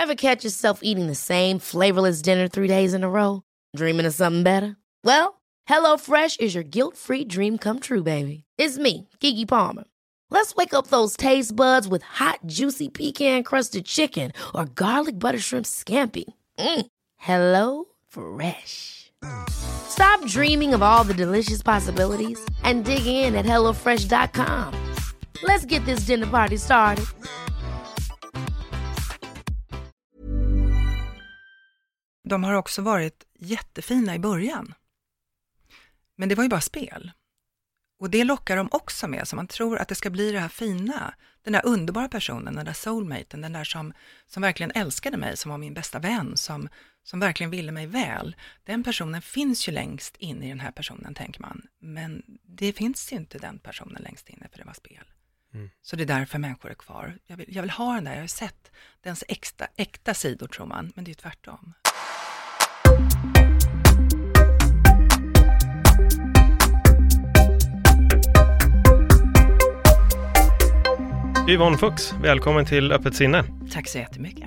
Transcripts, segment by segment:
Ever catch yourself eating the same flavorless dinner 3 days in a row? Dreaming of something better? Well, HelloFresh is your guilt-free dream come true, baby. It's me, Keke Palmer. Let's wake up those taste buds with hot, juicy pecan-crusted chicken or garlic butter shrimp scampi. Hello Fresh. Stop dreaming of all the delicious possibilities and dig in at HelloFresh.com. Let's get this dinner party started. De har också varit jättefina i början. Men det var ju bara spel. Och det lockar de också med, så man tror att det ska bli det här fina. Den där underbara personen, den där soulmaten, den där som verkligen älskade mig, som var min bästa vän, som verkligen ville mig väl. Den personen finns ju längst in i den här personen, tänker man. Men det finns ju inte den personen längst inne, för det var spel. Så det är därför människor är kvar. Jag vill ha den där, jag har sett dens äkta sidor, tror man, men det är tvärtom. Yvonne Fuchs, välkommen till Öppet sinne. Tack så jättemycket.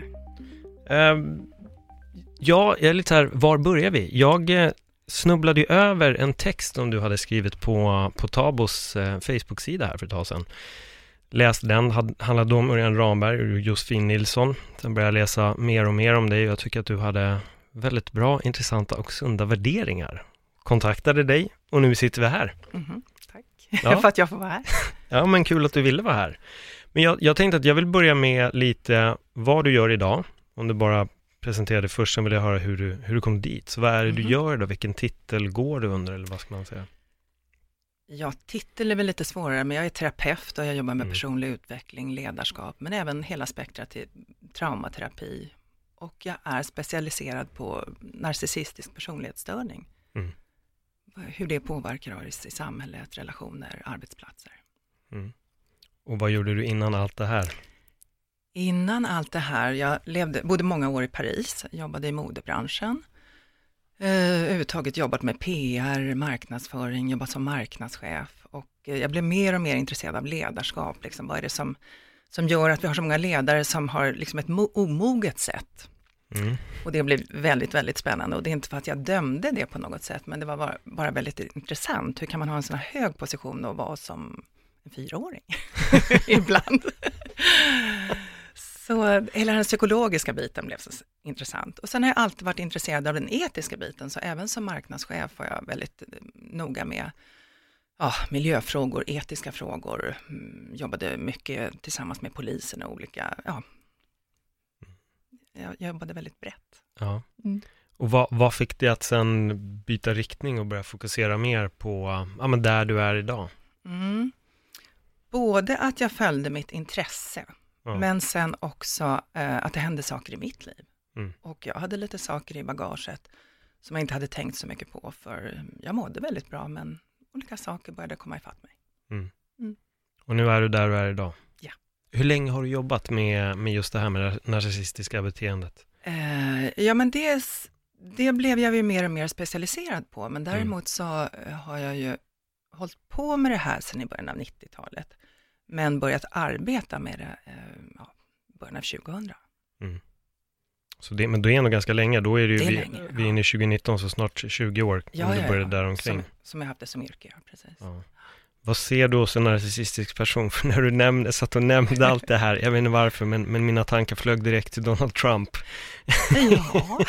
Jag är lite här, var börjar vi? Jag snubblade ju över en text som du hade skrivit på Tabos Facebook-sida här för ett tag sedan. Läste den, handlade om Örjan Ramberg och Josefin Nilsson. Sen började jag läsa mer och mer om dig och jag tycker att du hade väldigt bra, intressanta och sunda värderingar. Kontaktade dig och nu sitter vi här. Tack för att jag får vara här. Ja, men kul att du ville vara här. Men jag tänkte att jag vill börja med lite vad du gör idag. Om du bara presenterar det först, så vill jag höra hur du kom dit. Så vad är det du gör då? Vilken titel går du under, eller vad ska man säga? Ja, titel är väl lite svårare, men jag är terapeut och jag jobbar med personlig utveckling, ledarskap, men även hela spektrat till traumaterapi. Och jag är specialiserad på narcissistisk personlighetsstörning. Hur det påverkar oss i samhället, relationer, arbetsplatser. Och vad gjorde du innan allt det här? Innan allt det här, jag bodde många år i Paris, jobbade i modebranschen. Överhuvudtaget jobbat med PR, marknadsföring, jobbat som marknadschef. Och jag blev mer och mer intresserad av ledarskap. Liksom, vad är det som gör att vi har så många ledare som har liksom ett omoget sätt? Och det blev väldigt, väldigt spännande. Och det är inte för att jag dömde det på något sätt, men det var bara väldigt intressant. Hur kan man ha en sån här hög position och vara som en 4-åring ibland? Så hela den psykologiska biten blev så intressant. Och sen har jag alltid varit intresserad av den etiska biten. Så även som marknadschef var jag väldigt noga med miljöfrågor, etiska frågor. Jobbade mycket tillsammans med polisen och olika... Jag jobbade väldigt brett. Ja. Och vad fick dig att sen byta riktning och börja fokusera mer på där du är idag? Både att jag följde mitt intresse, men sen också att det hände saker i mitt liv. Och jag hade lite saker i bagaget som jag inte hade tänkt så mycket på, för jag mådde väldigt bra, men olika saker började komma ifatt mig. Och nu är du där du är idag? Ja. Hur länge har du jobbat med just det här med det narcissistiska beteendet? Men det blev jag ju mer och mer specialiserad på, men däremot så har jag ju hållit på med det här sedan i början av 90-talet, men börjat arbeta med det början av 2000. Så men då är ändå ganska länge, då är det ju vi är inne i 2019, så snart 20 år om du började där omkring. Som jag haft det som yrke, precis. Ja. Vad ser du hos en narcissistisk person? För när du satt och nämnde allt det här, jag vet inte varför, men mina tankar flög direkt till Donald Trump. Ja.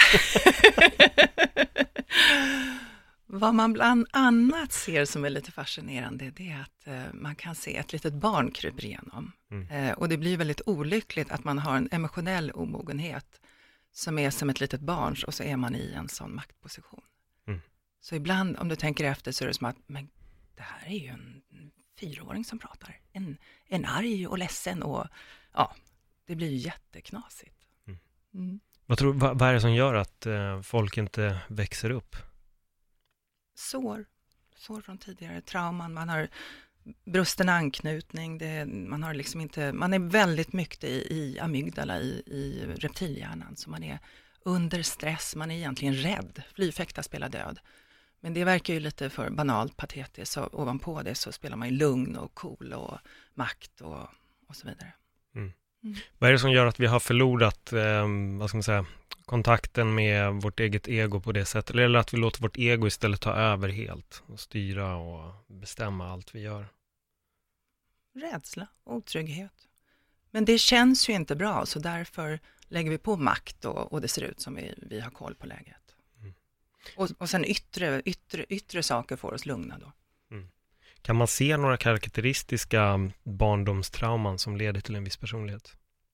Vad man bland annat ser som är lite fascinerande, det är att man kan se ett litet barn kryper igenom. Och det blir väldigt olyckligt att man har en emotionell omogenhet som är som ett litet barns, och så är man i en sån maktposition. Så ibland, om du tänker efter, så är det som att men det här är ju en 4-åring som pratar. En arg och ledsen, och det blir ju jätteknasigt. Vad är det som gör att folk inte växer upp? Sår från tidigare trauman, man har brusten anknytning, man har liksom inte, man är väldigt mycket i amygdala, i reptilhjärnan, så man är under stress, man är egentligen rädd, fly, fäkta, spela död. Men det verkar ju lite för banalt, patetiskt, så ovanpå det så spelar man ju lugn och cool och makt och så vidare. Vad är det som gör att vi har förlorat vad ska man säga, kontakten med vårt eget ego på det sättet? Eller att vi låter vårt ego istället ta över helt och styra och bestämma allt vi gör? Rädsla, otrygghet. Men det känns ju inte bra, så därför lägger vi på makt och det ser ut som vi har koll på läget. Och sen yttre saker får oss lugna då. Kan man se några karaktäristiska barndomstrauman som leder till en viss personlighet?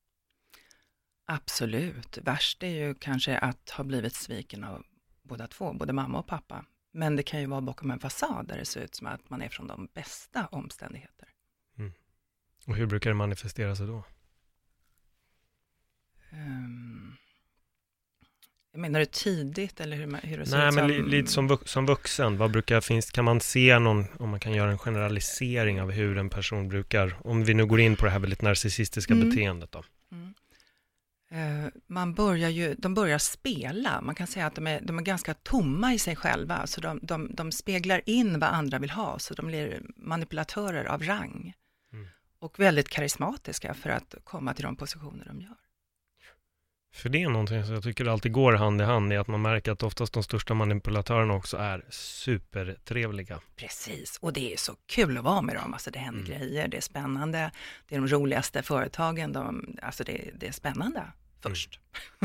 Absolut. Värst är ju kanske att ha blivit sviken av båda två, både mamma och pappa. Men det kan ju vara bakom en fasad där det ser ut som att man är från de bästa omständigheter. Och hur brukar det manifestera sig då? Jag menar du tidigt eller hur det ser Nej, ut men som... lite som vuxen. Kan man se någon, om man kan göra en generalisering av hur en person brukar, om vi nu går in på det här väldigt narcissistiska beteendet då? De börjar spela. Man kan säga att de är ganska tomma i sig själva. Så de speglar in vad andra vill ha. Så de blir manipulatörer av rang. Och väldigt karismatiska för att komma till de positioner de gör. För det är någonting som jag tycker alltid går hand i hand, i att man märker att oftast de största manipulatörerna också är supertrevliga. Precis, och det är så kul att vara med dem. Alltså det händer grejer, det är spännande. Det är de roligaste företagen. Alltså det är spännande först.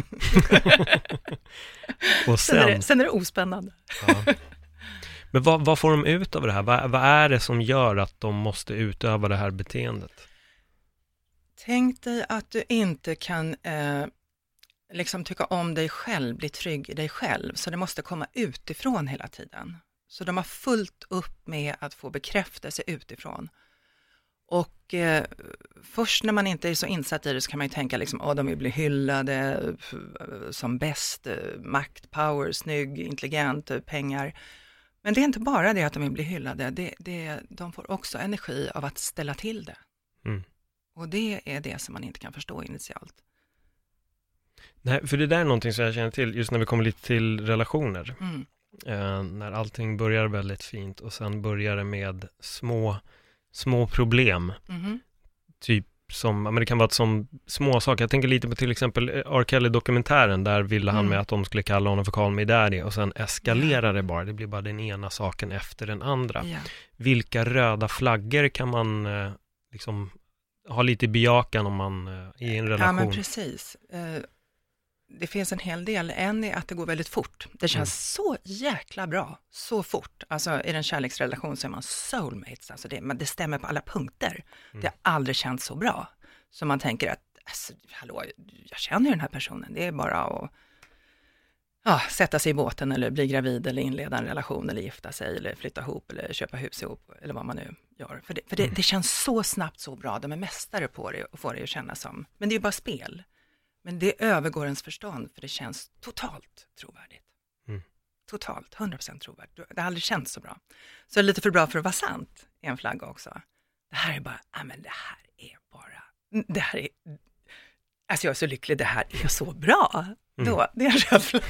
Och sen är det ospännande. Ja. Men vad får de ut av det här? Vad är det som gör att de måste utöva det här beteendet? Tänk dig att du inte kan liksom tycka om dig själv, bli trygg i dig själv. Så det måste komma utifrån hela tiden. Så de har fullt upp med att få bekräftelse utifrån. Och först när man inte är så insatt i det så kan man ju tänka liksom, de vill bli hyllade som bäst, makt, power, snygg, intelligent, pengar. Men det är inte bara det att de vill bli hyllade, de får också energi av att ställa till det. Och det är det som man inte kan förstå initialt. Nej, för det där är någonting som jag känner till just när vi kommer lite till relationer. När allting börjar väldigt fint och sen börjar det med små problem. Typ som, men det kan vara som små saker. Jag tänker lite på till exempel R. Kelly-dokumentären. Där ville han med att de skulle kalla honom för Call Me Daddy. Och sen eskalerar det bara. Det blir bara den ena saken efter den andra. Vilka röda flaggor kan man liksom ha lite i bejakan om man är i en relation? Ja, men precis. Det finns en hel del. En är att det går väldigt fort. Det känns så jäkla bra. Så fort. Alltså i en kärleksrelation så är man soulmates. Alltså det stämmer på alla punkter. Det har aldrig känts så bra. Så man tänker att, alltså, hallå, jag känner den här personen. Det är bara att sätta sig i båten eller bli gravid eller inleda en relation eller gifta sig eller flytta ihop eller köpa hus ihop eller vad man nu gör. För det känns så snabbt, så bra. De är mästare på det och får det att kännas som. Men det är ju bara spel. Men det övergår ens förstånd, för det känns totalt trovärdigt. Totalt, 100% trovärdigt. Det har aldrig känts så bra. Så det är lite för bra för att vara sant, är en flagga också. Det här är bara, alltså jag är så lycklig, det här är så bra. Då, det är en röd flagga.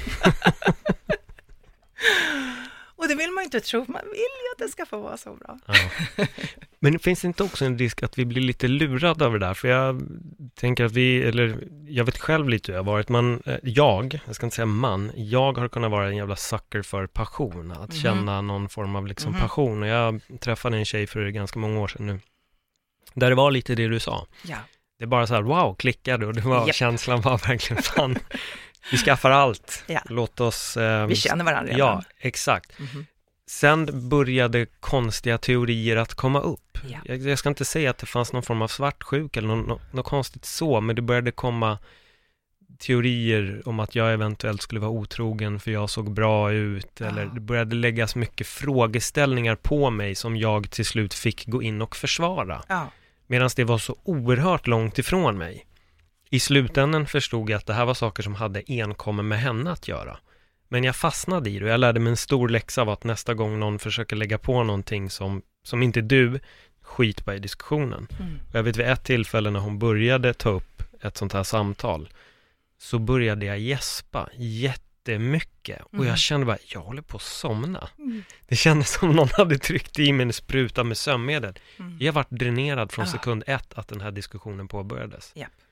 Och det vill man ju inte tro, man vill ju att det ska få vara så bra. Ja. Men finns det inte också en risk att vi blir lite lurade över det där? För jag tänker att jag vet själv lite hur jag har varit. Jag ska inte säga jag har kunnat vara en jävla sucker för passion. Att känna någon form av liksom passion. Och jag träffade en tjej för ganska många år sedan nu. Där det var lite det du sa. Ja. Det är bara så här, wow, klickade. Och det var, känslan var verkligen fan. Vi skaffar allt. Ja. Låt oss... vi känner varandra redan. Ja, exakt. Sen började konstiga teorier att komma upp. Ja. Jag ska inte säga att det fanns någon form av svartsjuk eller något konstigt så, men det började komma teorier om att jag eventuellt skulle vara otrogen för jag såg bra ut. Eller det började läggas mycket frågeställningar på mig som jag till slut fick gå in och försvara. Ja. Medan det var så oerhört långt ifrån mig. I slutändan förstod jag att det här var saker som hade enkommen med henne att göra. Men jag fastnade i det och jag lärde mig en stor läxa av att nästa gång någon försöker lägga på någonting som inte du, skit på i diskussionen. Och jag vet vid ett tillfälle när hon började ta upp ett sånt här samtal så började jag gäspa jättemycket. Och jag kände bara, jag håller på att somna. Det kändes som någon hade tryckt i mig en spruta med sömnmedel. Jag var dränerad från sekund 1 att den här diskussionen påbörjades. Yep.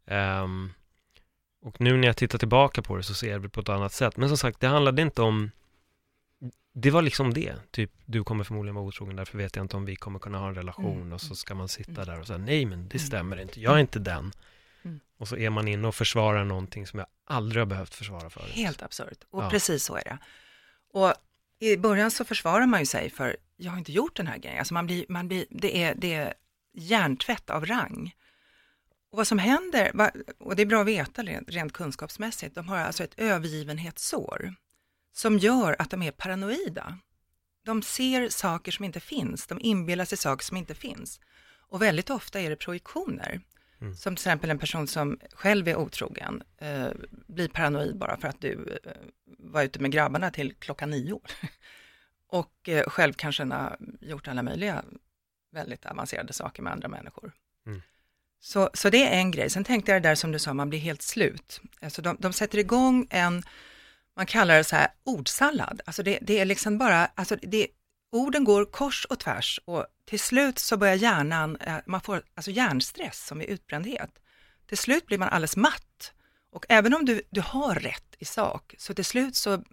Och nu när jag tittar tillbaka på det så ser vi på ett annat sätt. Men som sagt, det handlade inte om... Det var liksom det. Typ, du kommer förmodligen vara otrogen, därför vet jag inte om vi kommer kunna ha en relation. Och så ska man sitta där och säga, nej men det stämmer inte. Jag är inte den. Och så är man inne och försvarar någonting som jag aldrig har behövt försvara förut. Helt absurt. Och precis så är det. Och i början så försvarar man ju sig för, jag har inte gjort den här grejen. Alltså det är hjärntvätt av rang. Och vad som händer, och det är bra att veta rent kunskapsmässigt, de har alltså ett övergivenhetssår som gör att de är paranoida. De ser saker som inte finns, de inbillar sig saker som inte finns. Och väldigt ofta är det projektioner. Som till exempel en person som själv är otrogen blir paranoid bara för att du var ute med grabbarna till 9:00. Och själv kanske har gjort alla möjliga väldigt avancerade saker med andra människor. Så det är en grej. Sen tänkte jag det där som du sa, man blir helt slut. Alltså de sätter igång man kallar det så här ordsallad. Alltså det är liksom bara, alltså orden går kors och tvärs och till slut så börjar hjärnan, man får alltså hjärnstress som är utbrändhet. Till slut blir man alldeles matt. Och även om du har rätt i sak, så till slut så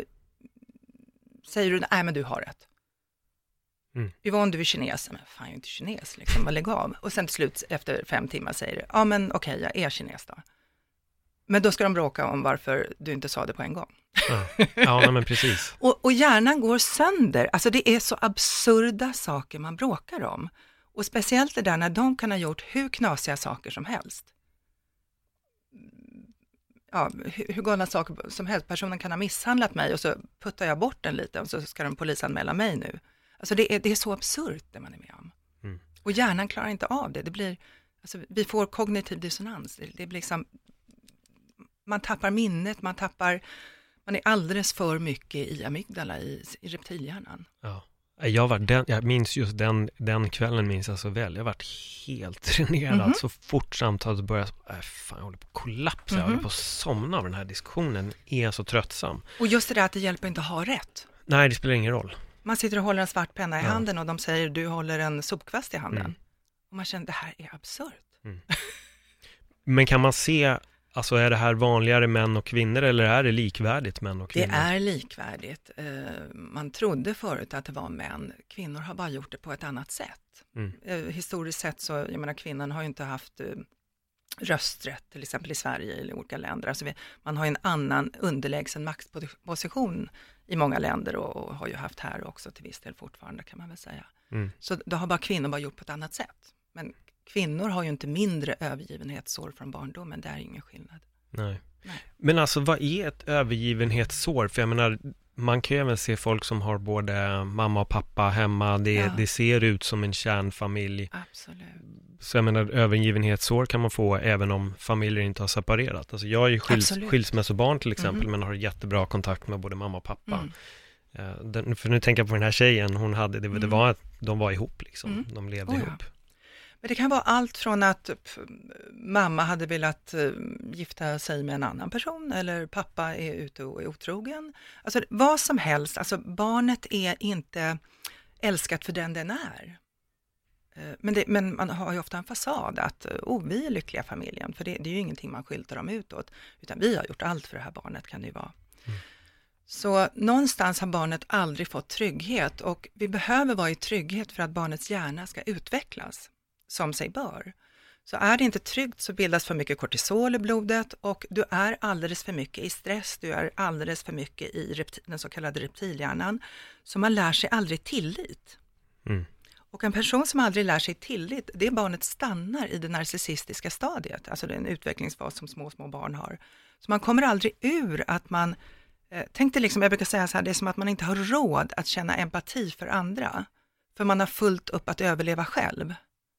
säger du, nej men du har rätt. Yvonne, du är kines. Men fan, jag är inte kines, liksom, lägg av. Och sen till slut efter 5 timmar säger du, ja men okej, jag är kines då. Men då ska de bråka om varför du inte sa det på en gång. Ja men precis. och hjärnan går sönder. Alltså det är så absurda saker man bråkar om. Och speciellt det där när de kan ha gjort hur knasiga saker som helst. Ja, hur galna saker som helst. Personen kan ha misshandlat mig och så puttar jag bort den lite och så ska de polisanmäla mig nu. Alltså det är så absurt det man är med om. Och hjärnan klarar inte av det. Det blir, alltså, vi får kognitiv dissonans. Det blir liksom, man tappar minnet, man är alldeles för mycket i amygdala, i reptilhjärnan. Ja. Jag minns just den kvällen minns jag så väl. Jag varit helt dränerad så fort samtalet började. Fan, jag håller på att kollapsa. Jag håller på att somna av den här diskussionen. Är så tröttsam. Och just det där att det hjälper inte att ha rätt. Nej, det spelar ingen roll. Man sitter och håller en svart penna i handen och de säger du håller en sopkvast i handen. Och man känner det här är absurt. Men kan man se, alltså är det här vanligare män och kvinnor eller är det likvärdigt män och kvinnor? Det är likvärdigt. Man trodde förut att det var män. Kvinnor har bara gjort det på ett annat sätt. Historiskt sett så, jag menar, kvinnan har ju inte haft rösträtt till exempel i Sverige eller i olika länder. Alltså man har en annan underlägsen maktposition i många länder och har ju haft här också till viss del fortfarande kan man väl säga. Så då har bara kvinnor bara gjort på ett annat sätt. Men kvinnor har ju inte mindre övergivenhetssår från barndomen, det är ingen skillnad. Nej. Men alltså vad är ett övergivenhetssår? För jag menar, man kan ju även se folk som har både mamma och pappa hemma. Det ser ut som en kärnfamilj. Absolut. Så jag menar, övergivenhetssår kan man få även om familjer inte har separerat. Alltså jag är ju skilsmässobarn till exempel, men har jättebra kontakt med både mamma och pappa. För nu tänker jag på den här tjejen, hon hade, det var att de var ihop liksom. De levde ihop. Men det kan vara allt från att mamma hade velat gifta sig med en annan person eller pappa är ute och är otrogen. Alltså vad som helst, alltså barnet är inte älskat för den är. Men man har ju ofta en fasad att vi är lyckliga familjen, för det är ju ingenting man skyltar dem utåt, utan vi har gjort allt för det här barnet kan det ju vara. Så någonstans har barnet aldrig fått trygghet och vi behöver vara i trygghet för att barnets hjärna ska utvecklas som sig bör. Så är det inte tryggt så bildas för mycket kortisol i blodet och du är alldeles för mycket i stress, du är alldeles för mycket i den så kallade reptilhjärnan, så man lär sig aldrig tillit. Och en person som aldrig lär sig tillit, det barnet stannar i det narcissistiska stadiet, alltså det är en utvecklingsfas som små barn har. Så man kommer aldrig ur att man, tänk dig liksom, jag brukar säga så här, det är som att man inte har råd att känna empati för andra, för man har fullt upp att överleva själv.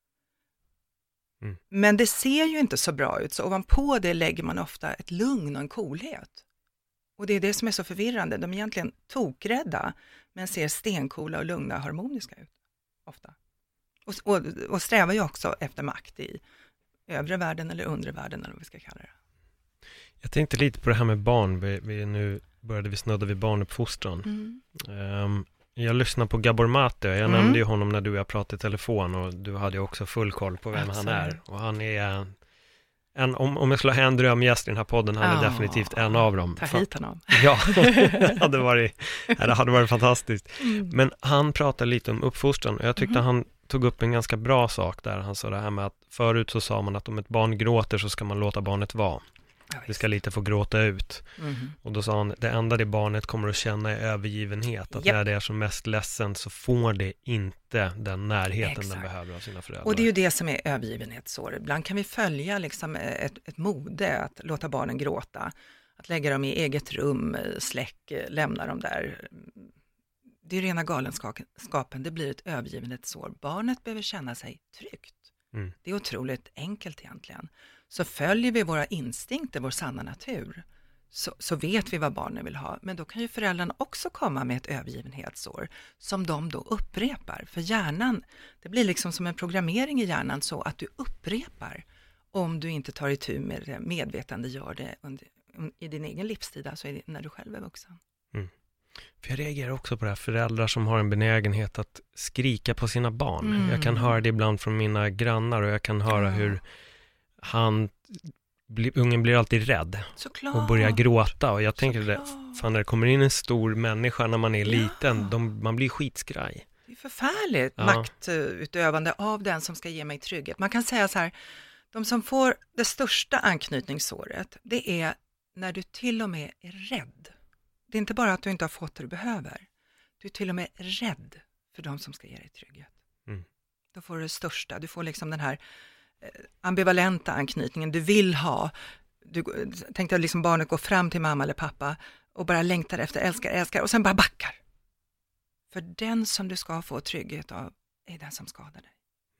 Men det ser ju inte så bra ut, så ovanpå det lägger man ofta ett lugn och en coolhet. Och det är det som är så förvirrande, de är egentligen tokrädda, men ser stencoola och lugna och harmoniska ut, ofta. Och strävar ju också efter makt i övre världen eller undre världen, eller vad vi ska kalla det. Jag tänkte lite på det här med barn, nu började vi snudda vid barnuppfostran. Jag lyssnar på Gabor Mate, jag nämnde ju honom när du och jag pratade i telefon och du hade ju också full koll på vem han är. Och han är Om jag skulle ha en drömgäst i den här podden hade definitivt en av dem. Ta hit honom. Ja, det hade varit fantastiskt. Men han pratade lite om uppfostran och jag tyckte han tog upp en ganska bra sak där. Han sa det här med att förut så sa man att om ett barn gråter så ska man låta barnet vara. Det ska lite få gråta ut. Och då sa han, det enda det barnet kommer att känna är övergivenhet. Att när det är som mest ledsen så får det inte den närheten den behöver av sina föräldrar. Och det är ju det som är övergivenhetssår. Ibland kan vi följa liksom ett mode att låta barnen gråta. Att lägga dem i eget rum, lämna dem där. Det är rena galenskapen, det blir ett övergivenhetssår. Barnet behöver känna sig tryggt. Det är otroligt enkelt egentligen. Så följer vi våra instinkter, vår sanna natur, så vet vi vad barnen vill ha. Men då kan ju föräldrarna också komma med ett övergivenhetsår som de då upprepar. För hjärnan, det blir liksom som en programmering i hjärnan så att du upprepar om du inte tar itu med det, medvetande gör det i din egen livstid, alltså när du själv är vuxen. För jag reagerar också på det här, föräldrar som har en benägenhet att skrika på sina barn. Jag kan höra det ibland från mina grannar och jag kan höra hur ungen blir alltid rädd. Såklart. Och börjar gråta. Och jag tänker när det kommer in en stor människa när man är liten, man blir skitskraj. Det är förfärligt maktutövande av den som ska ge mig trygghet. Man kan säga så här, de som får det största anknytningssåret, det är när du till och med är rädd. Det är inte bara att du inte har fått det du behöver. Du är till och med rädd för de som ska ge dig trygghet. Då får du det största. Du får liksom den här ambivalenta anknytningen du vill ha. Du tänkte att liksom barnet går fram till mamma eller pappa och bara längtar efter, älskar och sen bara backar. För den som du ska få trygghet av är den som skadar dig.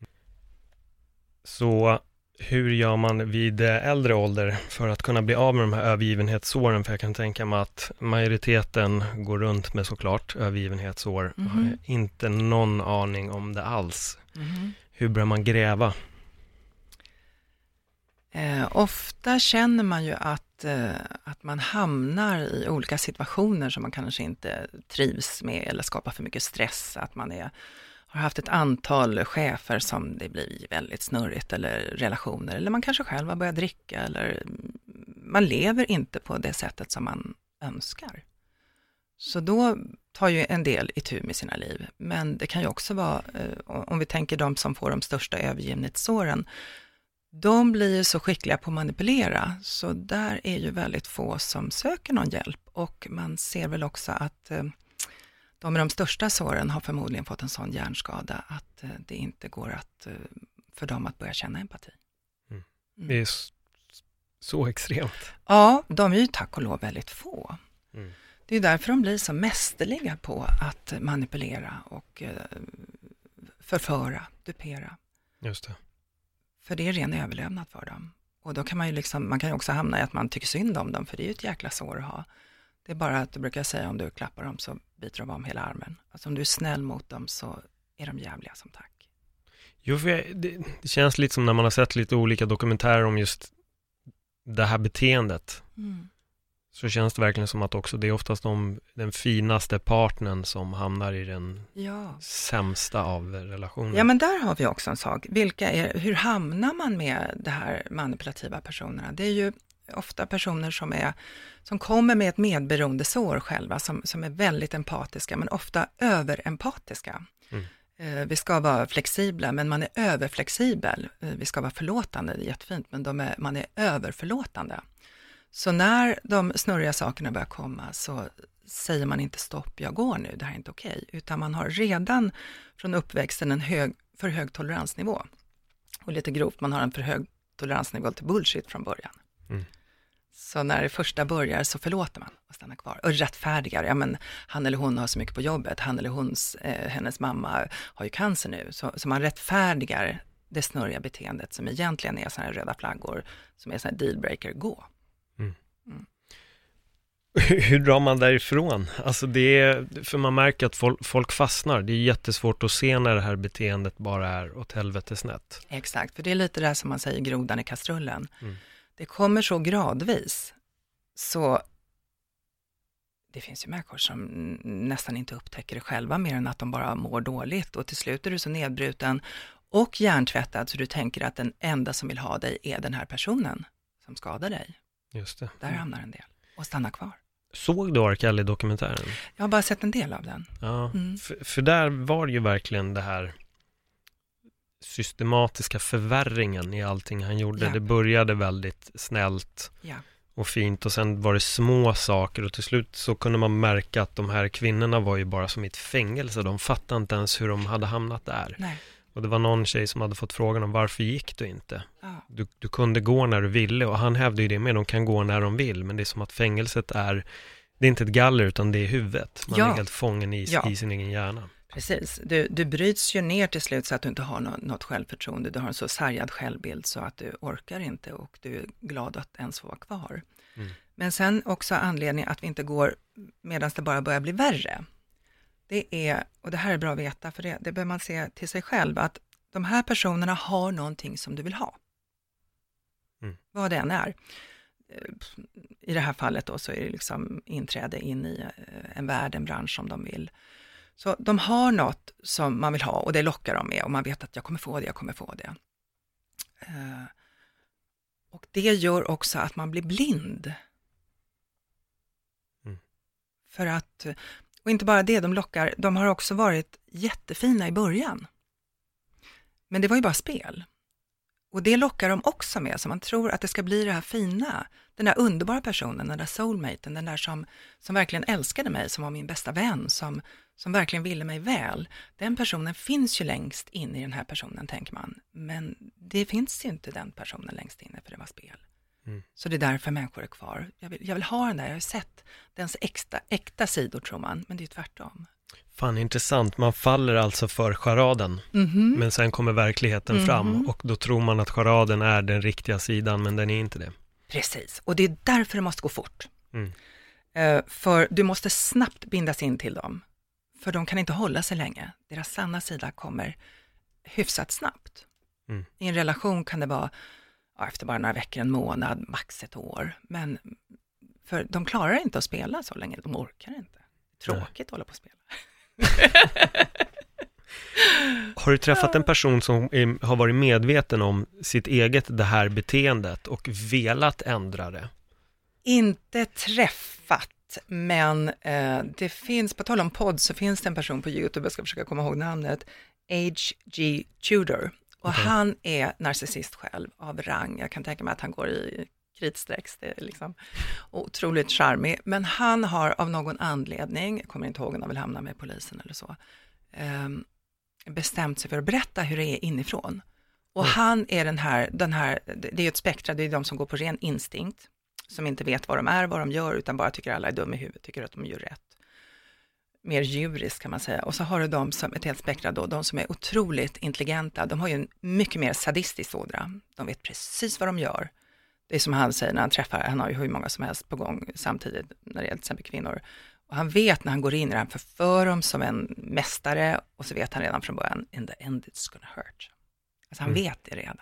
Så hur gör man vid äldre ålder för att kunna bli av med de här övergivenhetssåren? För jag kan tänka mig att majoriteten går runt med såklart övergivenhetssår. Inte någon aning om det alls. Hur börjar man gräva? Ofta känner man ju att man hamnar i olika situationer som man kanske inte trivs med eller skapar för mycket stress. Att man har haft ett antal chefer som det blir väldigt snurrigt eller relationer. Eller man kanske själv har börjat dricka eller man lever inte på det sättet som man önskar. Så då tar ju en del itu med sina liv. Men det kan ju också vara, om vi tänker de som får de största övergivenhetssåren, de blir ju så skickliga på att manipulera, så där är ju väldigt få som söker någon hjälp. Och man ser väl också att de med de största såren har förmodligen fått en sån hjärnskada att det inte går för dem att börja känna empati. Det är så extremt. Ja, de är ju tack och lov väldigt få. Det är därför de blir så mästerliga på att manipulera och förföra, dupera. Just det. För det är ren överlevnad för dem. Och då kan man kan ju också hamna i att man tycker synd om dem, för det är ju ett jäkla sår att ha. Det är bara att du brukar säga, om du klappar dem så biter de om hela armen. Alltså om du är snäll mot dem så är de jävliga som tack. Jo, för det känns lite som när man har sett lite olika dokumentärer om just det här beteendet. Så känns det verkligen som att också det är oftast den finaste partnern som hamnar i den sämsta av relationer. Ja, men där har vi också en sak. Hur hamnar man med det här manipulativa personerna? Det är ju ofta personer som kommer med ett medberoendesår själva, som är väldigt empatiska, men ofta överempatiska. Vi ska vara flexibla, men man är överflexibel. Vi ska vara förlåtande, det är jättefint, men man är överförlåtande. Så när de snurriga sakerna börjar komma så säger man inte stopp, jag går nu, det här är inte okej. Utan man har redan från uppväxten en för hög toleransnivå. Och lite grovt, man har en för hög toleransnivå till bullshit från början. Så när det första börjar så förlåter man och stannar kvar. Och rättfärdigar, ja men han eller hon har så mycket på jobbet, han eller hennes mamma har ju cancer nu. Så man rättfärdigar det snurriga beteendet som egentligen är sådana här röda flaggor, som är sådana här dealbreaker, gå. Hur drar man därifrån? Alltså för man märker att folk fastnar. Det är jättesvårt att se när det här beteendet bara är åt helvete snett. Exakt, för det är lite det som man säger, grodan i kastrullen. Det kommer så gradvis. Så det finns ju människor som nästan inte upptäcker det själva mer än att de bara mår dåligt. Och till slut är du så nedbruten och hjärntvättad så du tänker att den enda som vill ha dig är den här personen som skadar dig. Just det. Där hamnar en del och stannar kvar. Såg du R. Kelly-dokumentären? Jag har bara sett en del av den. Ja, för där var det ju verkligen det här systematiska förvärringen i allting han gjorde. Ja. Det började väldigt snällt och fint och sen var det små saker och till slut så kunde man märka att de här kvinnorna var ju bara som i ett fängelse. De fattade inte ens hur de hade hamnat där. Nej. Och det var någon tjej som hade fått frågan om varför gick du inte? Ja. Du kunde gå när du ville och han hävdade ju det med. De kan gå när de vill men det är som att fängelset det är inte ett galler utan det är huvudet. Man är helt fången i sin egen hjärna. Precis. Du bryts ju ner till slut så att du inte har något självförtroende. Du har en så sargad självbild så att du orkar inte och du är glad att ens få vara kvar. Mm. Men sen också anledningen att vi inte går medan det bara börjar bli värre. Det är, och det här är bra att veta för det bör man se till sig själv, att de här personerna har någonting som du vill ha. Mm. Vad det än är. I det här fallet då så är det liksom inträde in i en värld, en bransch som de vill. Så de har något som man vill ha och det lockar de med och man vet att jag kommer få det. Och det gör också att man blir blind. Mm. För att, och inte bara det, de har också varit jättefina i början. Men det var ju bara spel. Och det lockar de också med, så man tror att det ska bli det här fina. Den där underbara personen, den där soulmaten, den där som verkligen älskade mig, som var min bästa vän, som verkligen ville mig väl. Den personen finns ju längst in i den här personen, tänker man. Men det finns ju inte den personen längst inne, för det var spel. Mm. Så det är därför människor är kvar. Jag vill ha den där, jag har sett dens äkta sidor, tror man, men det är tvärtom. Fan, intressant. Man faller alltså för charaden, men sen kommer verkligheten fram och då tror man att charaden är den riktiga sidan, men den är inte det. Precis, och det är därför det måste gå fort. För du måste snabbt bindas in till dem, för de kan inte hålla sig länge. Deras sanna sida kommer hyfsat snabbt. I en relation kan det vara efter bara några veckor, en månad, max ett år. Men för de klarar inte att spela så länge, de orkar inte. Tråkigt att hålla på att spela. Har du träffat en person som har varit medveten om sitt eget det här beteendet och velat ändra det? Inte träffat, men det finns, på tal om podd, så finns det en person på YouTube, jag ska försöka komma ihåg namnet, H.G. Tudor. Och han är narcissist själv av rang. Jag kan tänka mig att han går i kritstreck, det är liksom otroligt charmig. Men han har av någon anledning, jag kommer inte ihåg om han vill hamna med polisen eller så, bestämt sig för att berätta hur det är inifrån. Och han är den här, det är ju ett spektra, det är de som går på ren instinkt, som inte vet vad de är, vad de gör, utan bara tycker alla är dumma i huvudet, tycker att de gör rätt. Mer djuriskt kan man säga. Och så har du de som ett helt spektra då, de som är otroligt intelligenta, de har ju en mycket mer sadistisk ådra. De vet precis vad de gör. Det är som han säger när han träffar, han har ju hur många som helst på gång samtidigt när det gäller till exempel kvinnor. Och han vet när han går in i det, han förför dem som en mästare och så vet han redan från början, in the end it's gonna hurt. Alltså han vet det redan.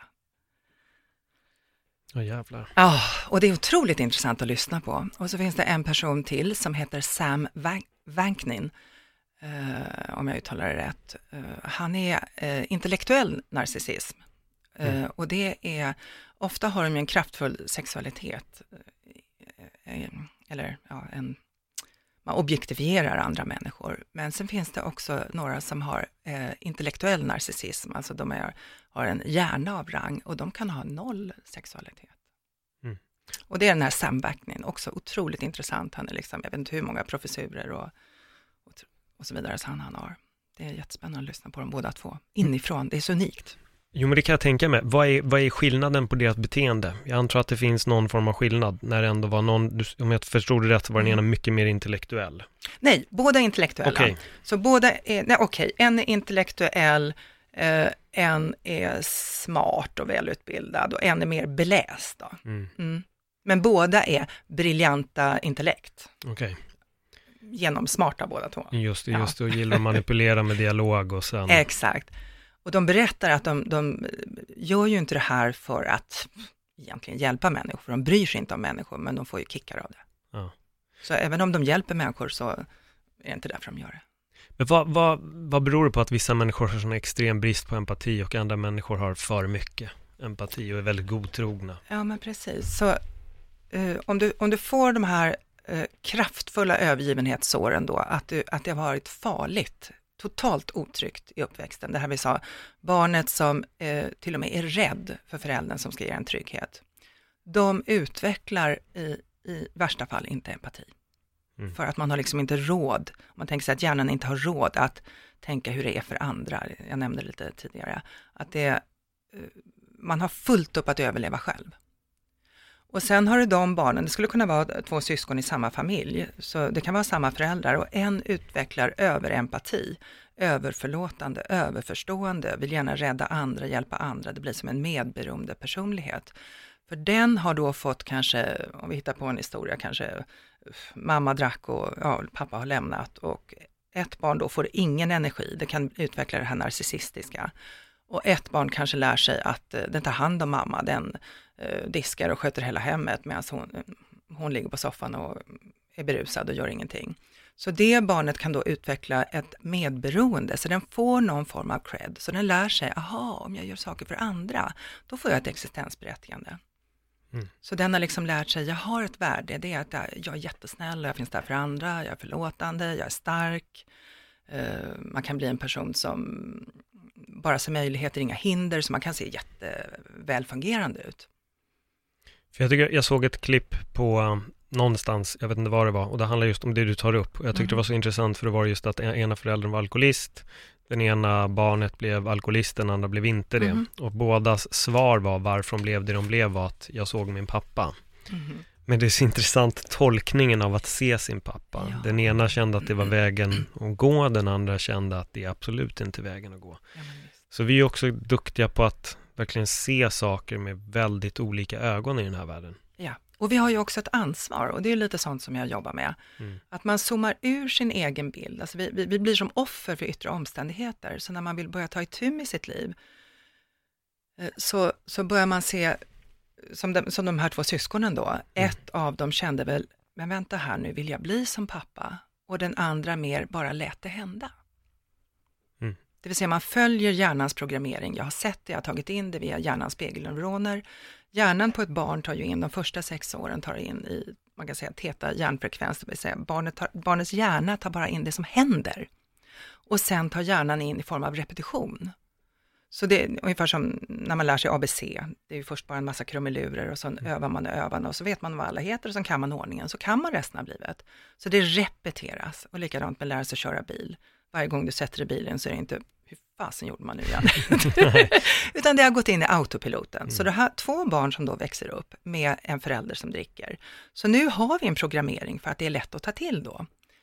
Jävlar. Ja, och det är otroligt intressant att lyssna på. Och så finns det en person till som heter Sam Vaknin, om jag uttalar det rätt. Han är intellektuell narcissism. Och det är, ofta har de en kraftfull sexualitet. Eller man objektifierar andra människor. Men sen finns det också några som har intellektuell narcissism. Alltså de har en hjärna av rang och de kan ha 0 sexualitet. Och det är den här Sam Vaknin, också otroligt intressant. Han är liksom, jag vet inte hur många professurer och så vidare som han har. Det är jättespännande att lyssna på dem båda två. Inifrån, det är så unikt. Jo, men det kan jag tänka mig. Vad är skillnaden på deras beteende? Jag antar att det finns någon form av skillnad när det ändå var någon, om jag förstod det rätt, så var den ena mycket mer intellektuell. Nej, båda är intellektuella. Okay. Så båda är, en är intellektuell, en är smart och välutbildad och en är mer beläst då. Men båda är briljanta intellekt. Okej. Genomsmarta båda två. Just det, och gillar att manipulera med dialog och sen... Exakt. Och de berättar att de gör ju inte det här för att egentligen hjälpa människor, för de bryr sig inte om människor, men de får ju kickar av det. Ja. Så även om de hjälper människor så är det inte därför de gör det. Men vad beror det på att vissa människor har sån extrem brist på empati och andra människor har för mycket empati och är väldigt godtrogna? Ja, men precis. Så om du får de här kraftfulla övergivenhetsåren då, att det har varit farligt, totalt otryggt i uppväxten. Det här vi sa, barnet som till och med är rädd för föräldern som ska ge en trygghet. De utvecklar i värsta fall inte empati. För att man har liksom inte råd, man tänker sig att hjärnan inte har råd att tänka hur det är för andra. Jag nämnde lite tidigare att man har fullt upp att överleva själv. Och sen har du de barnen, det skulle kunna vara 2 syskon i samma familj, så det kan vara samma föräldrar och en utvecklar överempati, överförlåtande, överförstående, vill gärna rädda andra, hjälpa andra, det blir som en medberoende personlighet. För den har då fått kanske, om vi hittar på en historia, kanske mamma drack och pappa har lämnat och ett barn då får ingen energi, det kan utveckla det här narcissistiska. Och ett barn kanske lär sig att den tar hand om mamma, den diskar och sköter hela hemmet medan hon ligger på soffan och är berusad och gör ingenting. Så det barnet kan då utveckla ett medberoende, så den får någon form av cred. Så den lär sig, om jag gör saker för andra, då får jag ett existensberättigande. Så den har liksom lärt sig, jag har ett värde, det är att jag är jättesnäll, jag finns där för andra, jag är förlåtande, jag är stark. Man kan bli en person som bara ser möjligheter, inga hinder, så man kan se jättevälfungerande ut. För jag såg ett klipp på någonstans, jag vet inte vad det var, och det handlar just om det du tar upp. Och jag tyckte det var så intressant, för det var just att ena föräldern var alkoholist, den ena barnet blev alkoholist, den andra blev inte det. Och bådas svar var varför de blev det de blev var att jag såg min pappa. Men det är så intressant tolkningen av att se sin pappa. Ja. Den ena kände att det var vägen att gå, den andra kände att det är absolut inte vägen att gå. Ja, så vi är också duktiga på att verkligen se saker med väldigt olika ögon i den här världen. Ja, och vi har ju också ett ansvar, och det är lite sånt som jag jobbar med. Att man zoomar ur sin egen bild. Alltså vi blir som offer för yttre omständigheter. Så när man vill börja ta itu med sitt liv så börjar man se, som de här 2 syskonen då. Ett av dem kände väl, men vänta här nu, vill jag bli som pappa? Och den andra mer bara lät det hända. Det vill säga man följer hjärnans programmering. Jag har sett det, jag har tagit in det via hjärnans spegelneuroner. Hjärnan på ett barn tar ju in, de första 6 åren tar in i, man kan säga theta hjärnfrekvens, det vill säga barnets hjärna tar bara in det som händer. Och sen tar hjärnan in i form av repetition. Så det är ungefär som när man lär sig ABC. Det är ju först bara en massa krumelurer och så övar man och så vet man vad alla heter och så kan man ordningen. Så kan man resten av livet. Så det repeteras, och likadant med lära sig köra bil. Varje gång du sätter i bilen så är det inte, hur fasen gjorde man nu igen? Utan det har gått in i autopiloten. Så det här 2 barn som då växer upp med en förälder som dricker. Så nu har vi en programmering för att det är lätt att ta till då.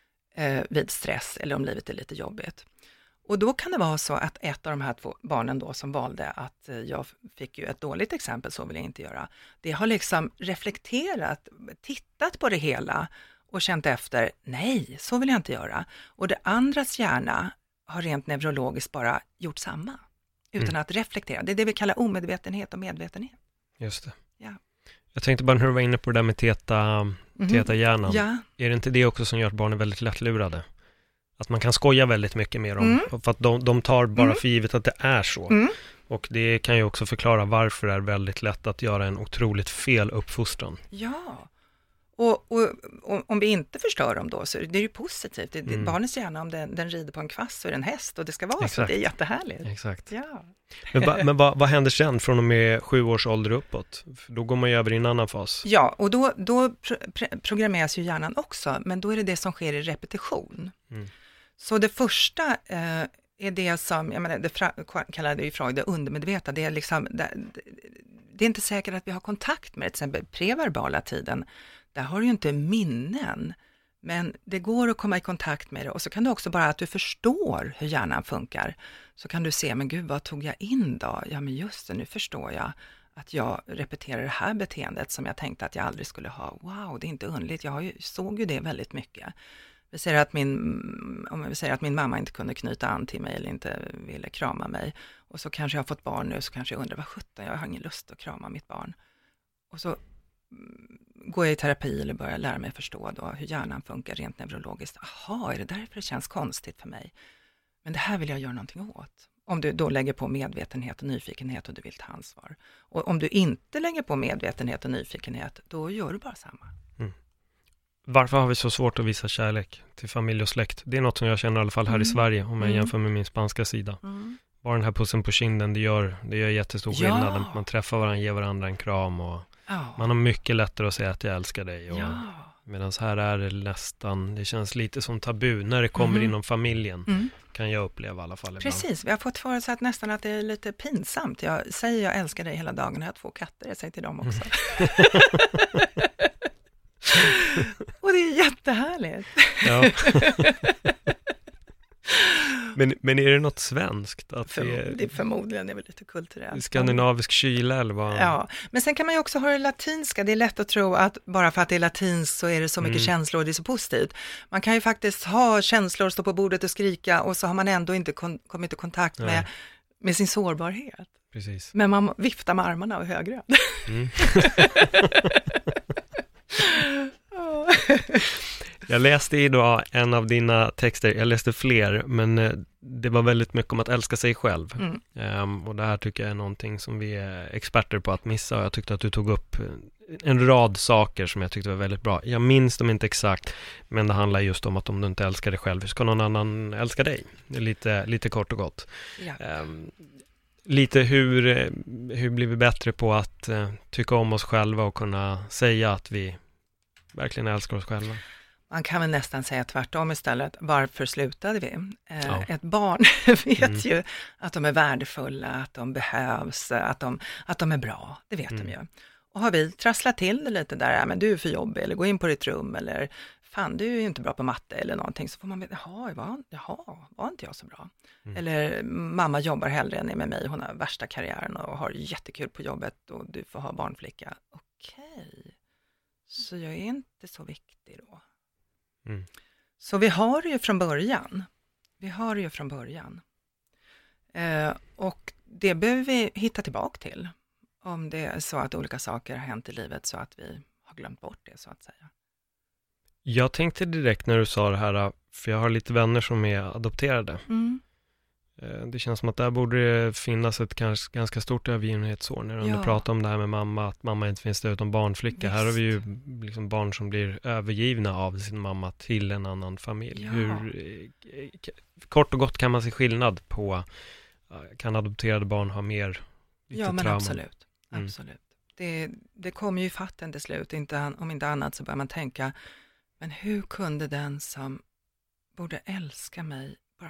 Vid stress eller om livet är lite jobbigt. Och då kan det vara så att ett av de här 2 barnen då som valde att jag fick ju ett dåligt exempel, så vill jag inte göra. Det har liksom reflekterat, tittat på det hela och känt efter, nej, så vill jag inte göra. Och det andras hjärna har rent neurologiskt bara gjort samma, utan att reflektera. Det är det vi kallar omedvetenhet och medvetenhet. Just det. Ja. Jag tänkte bara när du var inne på det där med teta-hjärnan. Ja. Är det inte det också som gör att barn är väldigt lättlurade? Att man kan skoja väldigt mycket med dem. För att de tar bara för givet att det är så. Och det kan ju också förklara varför det är väldigt lätt att göra en otroligt fel uppfostran. Ja, och om vi inte förstör dem då så är det ju positivt. Det är barnets hjärna, om den rider på en kvast så är det en häst, och det ska vara så. Det är jättehärligt. Exakt. Ja. Men vad händer sen från och med 7 års ålder uppåt? För då går man ju över i en annan fas. Ja, och då programmeras ju hjärnan också, men då är det som sker i repetition. Så det första är det som, jag menar, det kallade ju Freud det undermedvetna. Det är liksom, det är inte säkert att vi har kontakt med det. Till exempel preverbala tiden, där har du ju inte minnen. Men det går att komma i kontakt med det, och så kan du också bara att du förstår hur hjärnan funkar. Så kan du se, men gud, vad tog jag in då? Ja, men just det, nu förstår jag att jag repeterar det här beteendet som jag tänkte att jag aldrig skulle ha. Wow, det är inte underligt. Såg ju det väldigt mycket. Vi säger att min mamma inte kunde knyta an till mig eller inte ville krama mig. Och så kanske jag har fått barn nu, så kanske jag undrar, vad sjutton, jag har ingen lust att krama mitt barn. Och så går jag i terapi eller börjar lära mig förstå då hur hjärnan funkar rent neurologiskt. Aha, är det därför det känns konstigt för mig? Men det här vill jag göra någonting åt. Om du då lägger på medvetenhet och nyfikenhet och du vill ta ansvar. Och om du inte lägger på medvetenhet och nyfikenhet, då gör du bara samma. Varför har vi så svårt att visa kärlek till familj och släkt? Det är något som jag känner i alla fall här i Sverige, om jag jämför med min spanska sida. Bara den här pussen på kinden, det gör jättestor skillnad. Man träffar varandra, ger varandra en kram och man har mycket lättare att säga att jag älskar dig. Och medan här är det nästan, det känns lite som tabu när det kommer inom familjen. Kan jag uppleva i alla fall ibland. Precis, vi har fått för oss att nästan att det är lite pinsamt. Jag säger jag älskar dig hela dagen, jag har 2 katter, jag säger till dem också. Och det är jättehärligt. Ja. Men är det något svenskt? Att det är förmodligen är väl lite kulturellt. Skandinavisk kyla eller vad? Ja, men sen kan man ju också ha det latinska. Det är lätt att tro att bara för att det är latinskt så är det så mycket känslor och det är så positivt. Man kan ju faktiskt ha känslor, stå på bordet och skrika och så har man ändå inte kommit i kontakt med sin sårbarhet. Precis. Men man viftar med armarna och högröd. Jag läste idag en av dina texter, jag läste fler, men det var väldigt mycket om att älska sig själv. Och det här tycker jag är någonting som vi är experter på att missa. Jag tyckte att du tog upp en rad saker som jag tyckte var väldigt bra. Jag minns dem inte exakt, men det handlar just om att om du inte älskar dig själv, hur ska någon annan älska dig? Det är lite kort och gott. Ja. Lite hur blir vi bättre på att tycka om oss själva och kunna säga att vi verkligen älskar oss själva? Man kan väl nästan säga tvärtom istället. Varför slutade vi? Ett barn vet ju att de är värdefulla, att de behövs, att de är bra. Det vet de ju. Och har vi trasslat till det lite där, men du är för jobbig eller gå in på ditt rum eller fan du är ju inte bra på matte eller någonting, så får man veta, var inte jag så bra? Eller mamma jobbar hellre än med mig, hon har värsta karriären och har jättekul på jobbet och du får ha barnflicka. Okej. Så jag är inte så viktig då. Så vi har det ju från början. Och det behöver vi hitta tillbaka till. Om det är så att olika saker har hänt i livet så att vi har glömt bort det, så att säga. Jag tänkte direkt när du sa det här, för jag har lite vänner som är adopterade. Det känns som att där borde det finnas ett ganska stort övergivenhetsår när du pratar om det här med mamma, att mamma inte finns där utan barnflicka. Visst. Här har vi ju liksom barn som blir övergivna av sin mamma till en annan familj. Kort och gott kan man se skillnad på, kan adopterade barn ha mer men trauma? Absolut. Det kommer ju fatten till slut, om inte annat så börjar man tänka, men hur kunde den som borde älska mig bara...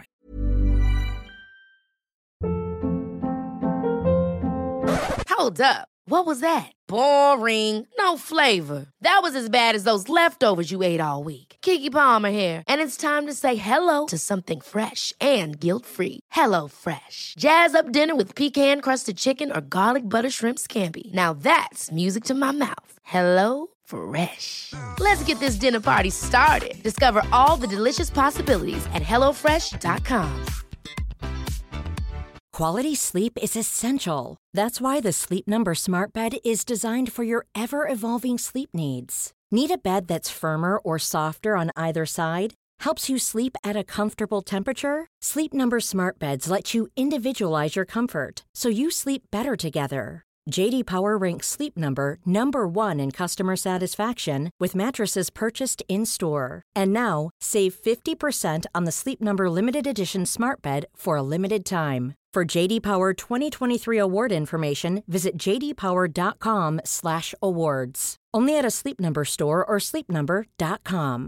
Hold up. What was that? Boring. No flavor. That was as bad as those leftovers you ate all week. Keke Palmer here, and it's time to say hello to something fresh and guilt-free. Hello Fresh. Jazz up dinner with pecan-crusted chicken or garlic butter shrimp scampi. Now that's music to my mouth. Hello Fresh. Let's get this dinner party started. Discover all the delicious possibilities at hellofresh.com. Quality sleep is essential. That's why the Sleep Number Smart Bed is designed for your ever-evolving sleep needs. Need a bed that's firmer or softer on either side? Helps you sleep at a comfortable temperature? Sleep Number Smart Beds let you individualize your comfort, so you sleep better together. JD Power ranks Sleep Number #1 in customer satisfaction with mattresses purchased in-store. And now, save 50% on the Sleep Number Limited Edition Smart Bed for a limited time. For JD Power 2023 award information, visit jdpower.com/awards. Only at a Sleep Number store or sleepnumber.com.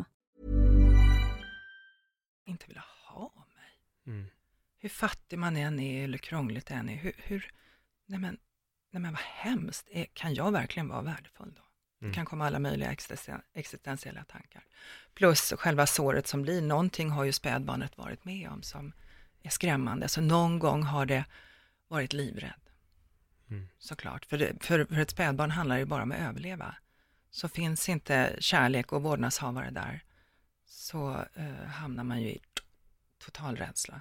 Inte vill ha mig. Hur fattig man än är eller krångligt än är. Nej men vad hemskt. Kan jag verkligen vara värdefull då? Det kan komma alla möjliga existentiella tankar. Plus själva såret som blir. Någonting har ju spädbarnet varit med om som är skrämmande. Så någon gång har det varit livrädd. Såklart. För ett spädbarn handlar det bara om att överleva. Så finns inte kärlek och vårdnadshavare där, så hamnar man ju i total rädsla.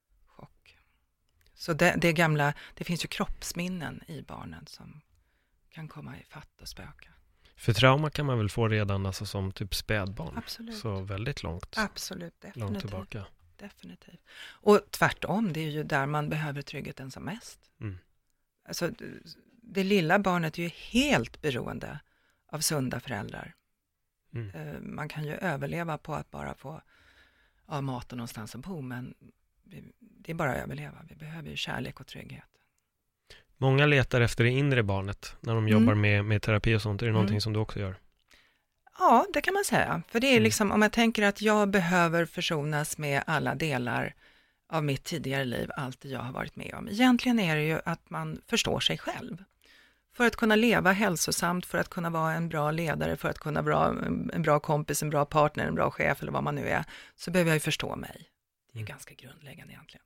Chock. Så det gamla, det finns ju kroppsminnen i barnen som kan komma i fatt och spöka. För trauma kan man väl få redan alltså, som typ spädbarn? Absolut. Så väldigt långt. Absolut, definitivt. Långt tillbaka. Definitivt. Och tvärtom, det är ju där man behöver tryggheten som mest. Alltså, det lilla barnet är ju helt beroende av sunda föräldrar. Man kan ju överleva på att bara få mat och någonstans att bo, men det är bara att överleva. Vi behöver ju kärlek och trygghet. Många letar efter det inre barnet när de jobbar med terapi och sånt. Är det någonting som du också gör? Ja, det kan man säga. För det är liksom, om jag tänker att jag behöver försonas med alla delar av mitt tidigare liv, allt det jag har varit med om. Egentligen är det ju att man förstår sig själv. För att kunna leva hälsosamt, för att kunna vara en bra ledare, för att kunna vara en bra kompis, en bra partner, en bra chef eller vad man nu är, så behöver jag ju förstå mig. Det är ju ganska grundläggande egentligen.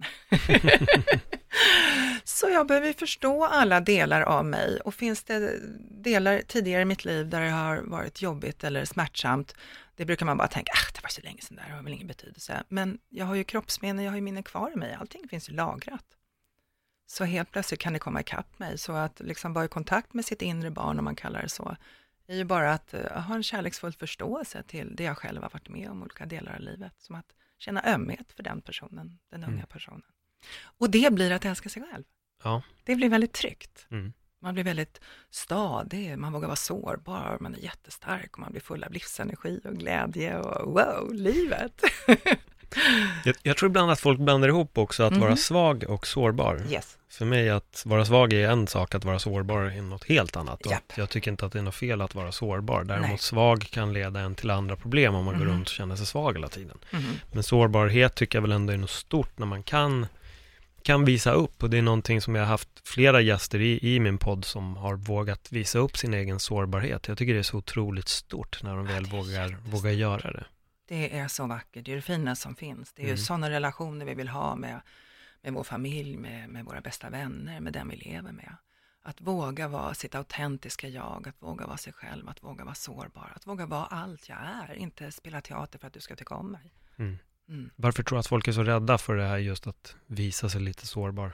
Så jag behöver förstå alla delar av mig, och finns det delar tidigare i mitt liv där det har varit jobbigt eller smärtsamt, det brukar man bara tänka, det var så länge sedan, det har väl ingen betydelse. Men jag har ju kroppsminne, jag har ju minne kvar i mig, allting finns ju lagrat. Så helt plötsligt kan det komma ikapp mig, så att liksom vara i kontakt med sitt inre barn, om man kallar det så, är ju bara att ha en kärleksfull förståelse till det jag själv har varit med om, olika delar av livet, som att känna ömhet för den personen, den unga personen. Och det blir att älska sig själv. Ja. Det blir väldigt tryggt. Man blir väldigt stadig, man vågar vara sårbar, man är jättestark och man blir full av livsenergi och glädje och wow, livet. Jag tror ibland att folk blandar ihop också att vara svag och sårbar. Yes. För mig att vara svag är en sak, att vara sårbar är något helt annat. Yep. Och jag tycker inte att det är något fel att vara sårbar. Däremot svag kan leda en till andra problem om man går runt och känner sig svag hela tiden. Men sårbarhet tycker jag väl ändå är något stort när man kan visa upp, och det är någonting som jag har haft flera gäster i min podd som har vågat visa upp sin egen sårbarhet. Jag tycker det är så otroligt stort när de väl vågar göra det. Det är så vackert, det är det fina som finns. Det är ju sådana relationer vi vill ha med vår familj, med våra bästa vänner, med den vi lever med. Att våga vara sitt autentiska jag, att våga vara sig själv, att våga vara sårbar, att våga vara allt jag är, inte spela teater för att du ska tycka om mig. Varför tror du att folk är så rädda för det här, just att visa sig lite sårbar?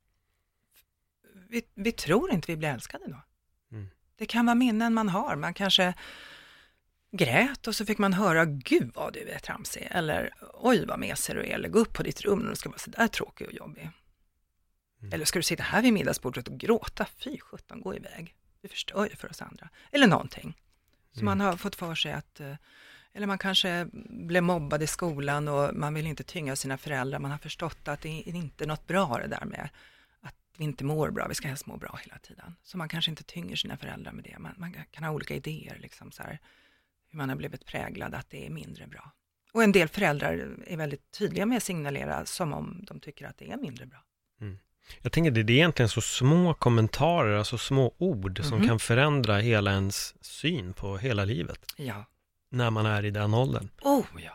Vi tror inte vi blir älskade då. Det kan vara minnen man har. Man kanske grät och så fick man höra, gud vad du är tramsig, eller oj vad mesig du är, eller gå upp på ditt rum och du ska vara så där tråkig och jobbig. Eller ska du sitta här vid middagsbordet och gråta, fy sjutton, gå iväg. Du förstör ju för oss andra. Eller någonting. Så man har fått för sig att, eller man kanske blev mobbad i skolan och man vill inte tynga sina föräldrar. Man har förstått att det är inte något bra det där med att vi inte mår bra, vi ska helst må bra hela tiden. Så man kanske inte tynger sina föräldrar med det. Man kan ha olika idéer liksom så här, hur man har blivit präglad att det är mindre bra. Och en del föräldrar är väldigt tydliga med att signalera som om de tycker att det är mindre bra. Jag tänker det är egentligen så små kommentarer, alltså små ord som kan förändra hela ens syn på hela livet. Ja. När man är i den åldern. Oh ja.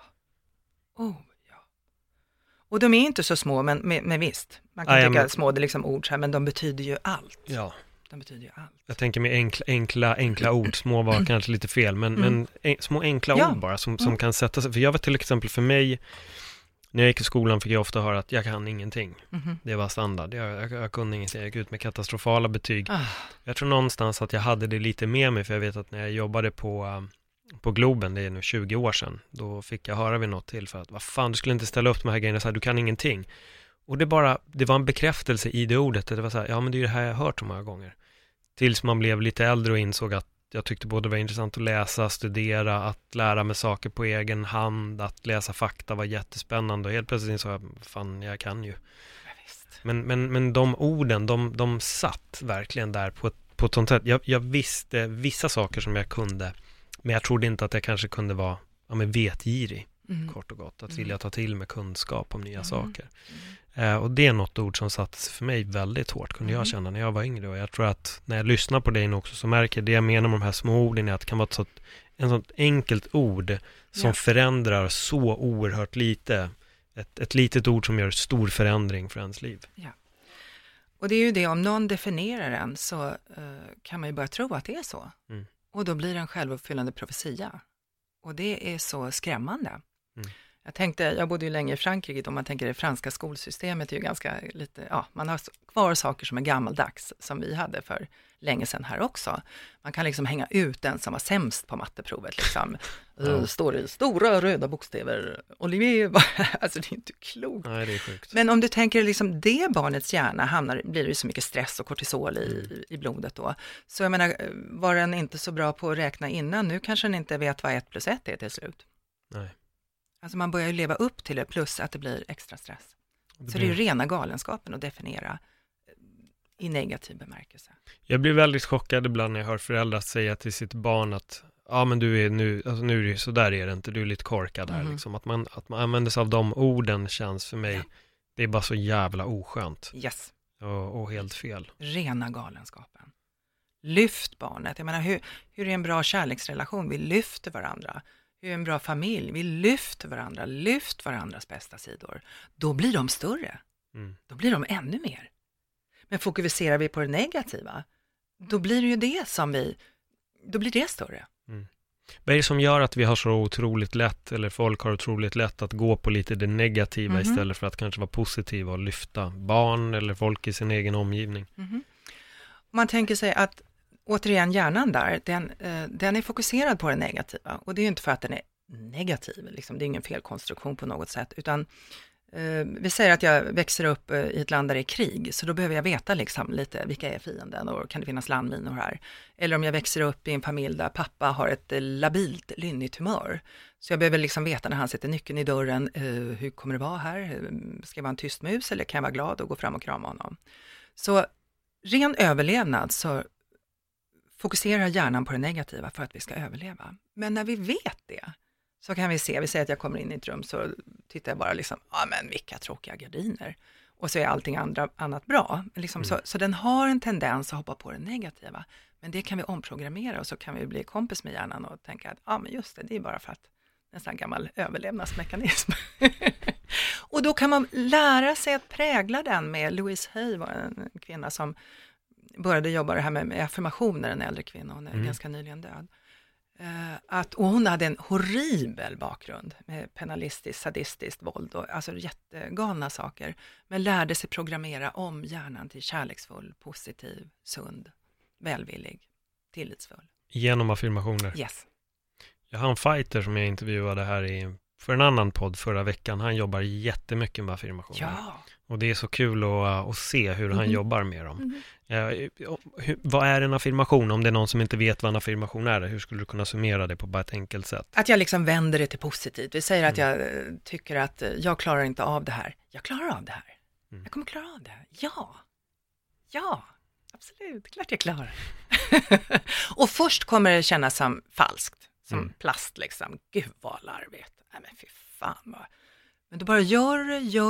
Och de är inte så små, men visst. Man kan tycka små, det är liksom ord så här, men de betyder ju allt. Ja. De betyder ju allt. Jag tänker med enkla ord, små var kanske lite fel, men små enkla ord bara som kan sätta sig. För jag vet till exempel för mig, när jag gick i skolan fick jag ofta höra att jag kan ingenting. Det var standard. Jag kunde ingenting. Jag gick ut med katastrofala betyg. Jag tror någonstans att jag hade det lite med mig, för jag vet att när jag jobbade på Globen, det är nu 20 år sedan, då fick jag höra vid något tillfälle att vad fan, du skulle inte ställa upp de här grejerna så här, du kan ingenting. Och det var en bekräftelse i det ordet. Det var så här, ja men det är det här jag har hört så många gånger. Tills man blev lite äldre och insåg att jag tyckte både det var intressant att läsa, studera, att lära mig saker på egen hand, att läsa fakta var jättespännande, och helt plötsligt insåg jag, fan jag kan ju. Men de orden, de satt verkligen där på ett sånt sätt. Jag visste vissa saker som jag kunde, men jag trodde inte att jag kanske kunde vara vetgirig, kort och gott. Att vilja ta till med kunskap om nya saker. Och det är något ord som satt för mig väldigt hårt, kunde jag känna när jag var yngre. Och jag tror att när jag lyssnar på dig också så märker jag det jag menar med de här små orden är att det kan vara en sånt enkelt ord som förändrar så oerhört lite. Ett litet ord som gör stor förändring för ens liv. Ja. Och det är ju det, om någon definierar en så kan man ju börja tro att det är så. Och då blir det en självuppfyllande profetia. Och det är så skrämmande. Jag bodde ju länge i Frankrike, om man tänker det franska skolsystemet är ju ganska lite, man har kvar saker som är gammaldags, som vi hade för länge sedan här också. Man kan liksom hänga ut den som var sämst på matteprovet liksom. Står det stora röda bokstäver, Olivier, alltså det är inte klokt. Nej, det är sjukt. Men om du tänker liksom det barnets hjärna blir det ju så mycket stress och kortisol i blodet då. Så jag menar, var den inte så bra på att räkna innan, nu kanske den inte vet vad 1 + 1 är till slut. Nej. Alltså man börjar ju leva upp till det, plus att det blir extra stress. Så det är ju rena galenskapen att definiera i negativ bemärkelse. Jag blir väldigt chockad ibland när jag hör föräldrar säga till sitt barn att men du är nu är det ju så där är det inte, du är lite korkad här liksom. Att man använder sig av de orden känns för mig, det är bara så jävla oskönt. Yes. Och helt fel. Rena galenskapen. Lyft barnet. Jag menar, hur är en bra kärleksrelation? Vi lyfter varandra. Hur är en bra familj? Vi lyfter varandra. Lyft varandras bästa sidor. Då blir de större. Då blir de ännu mer. Men fokuserar vi på det negativa, då blir det ju då blir det större. Vad är det som gör att vi har så otroligt lätt, eller folk har otroligt lätt att gå på lite det negativa istället för att kanske vara positiva och lyfta barn eller folk i sin egen omgivning? Man tänker sig att, återigen, hjärnan där, den är fokuserad på det negativa. Och det är ju inte för att den är negativ, liksom. Det är ingen felkonstruktion på något sätt, utan vi säger att jag växer upp i ett land där det är krig, så då behöver jag veta liksom lite vilka är fienden och kan det finnas landminor här. Eller om jag växer upp i en familj där pappa har ett labilt lynnigt humör, så jag behöver liksom veta när han sätter nyckeln i dörren, hur kommer det vara här? Ska jag vara en tyst mus eller kan jag vara glad och gå fram och krama honom? Så ren överlevnad, så fokuserar hjärnan på det negativa för att vi ska överleva. Men när vi vet det, så kan vi säger att jag kommer in i ett rum, så tittar jag bara liksom, men vilka tråkiga gardiner. Och så är allting annat bra. Liksom, så den har en tendens att hoppa på det negativa. Men det kan vi omprogrammera, och så kan vi bli kompis med hjärnan och tänka att men just det är bara för att det är en sån gammal överlevnadsmekanism. Och då kan man lära sig att prägla den med. Louise Hay var en kvinna som började jobba det här med affirmationer, en äldre kvinna, hon är ganska nyligen död. Och hon hade en horribel bakgrund med penalistiskt, sadistiskt våld och alltså jättegalna saker, men lärde sig programmera om hjärnan till kärleksfull, positiv, sund, välvillig, tillitsfull. Genom affirmationer? Yes. Jag har en fighter som jag intervjuade här för en annan podd förra veckan. Han jobbar jättemycket med affirmationer. Ja. Och det är så kul att se hur han jobbar med dem. Vad är en affirmation? Om det är någon som inte vet vad en affirmation är, hur skulle du kunna summera det på bara ett enkelt sätt? Att jag liksom vänder det till positivt. Vi säger att jag tycker att jag klarar inte av det här. Jag klarar av det här. Jag kommer klara av det här. Ja, absolut. Klart jag klarar. Och först kommer det kännas som falskt. Som plast liksom. Gud vad larvigt. Nej men fy fan. Men du bara gör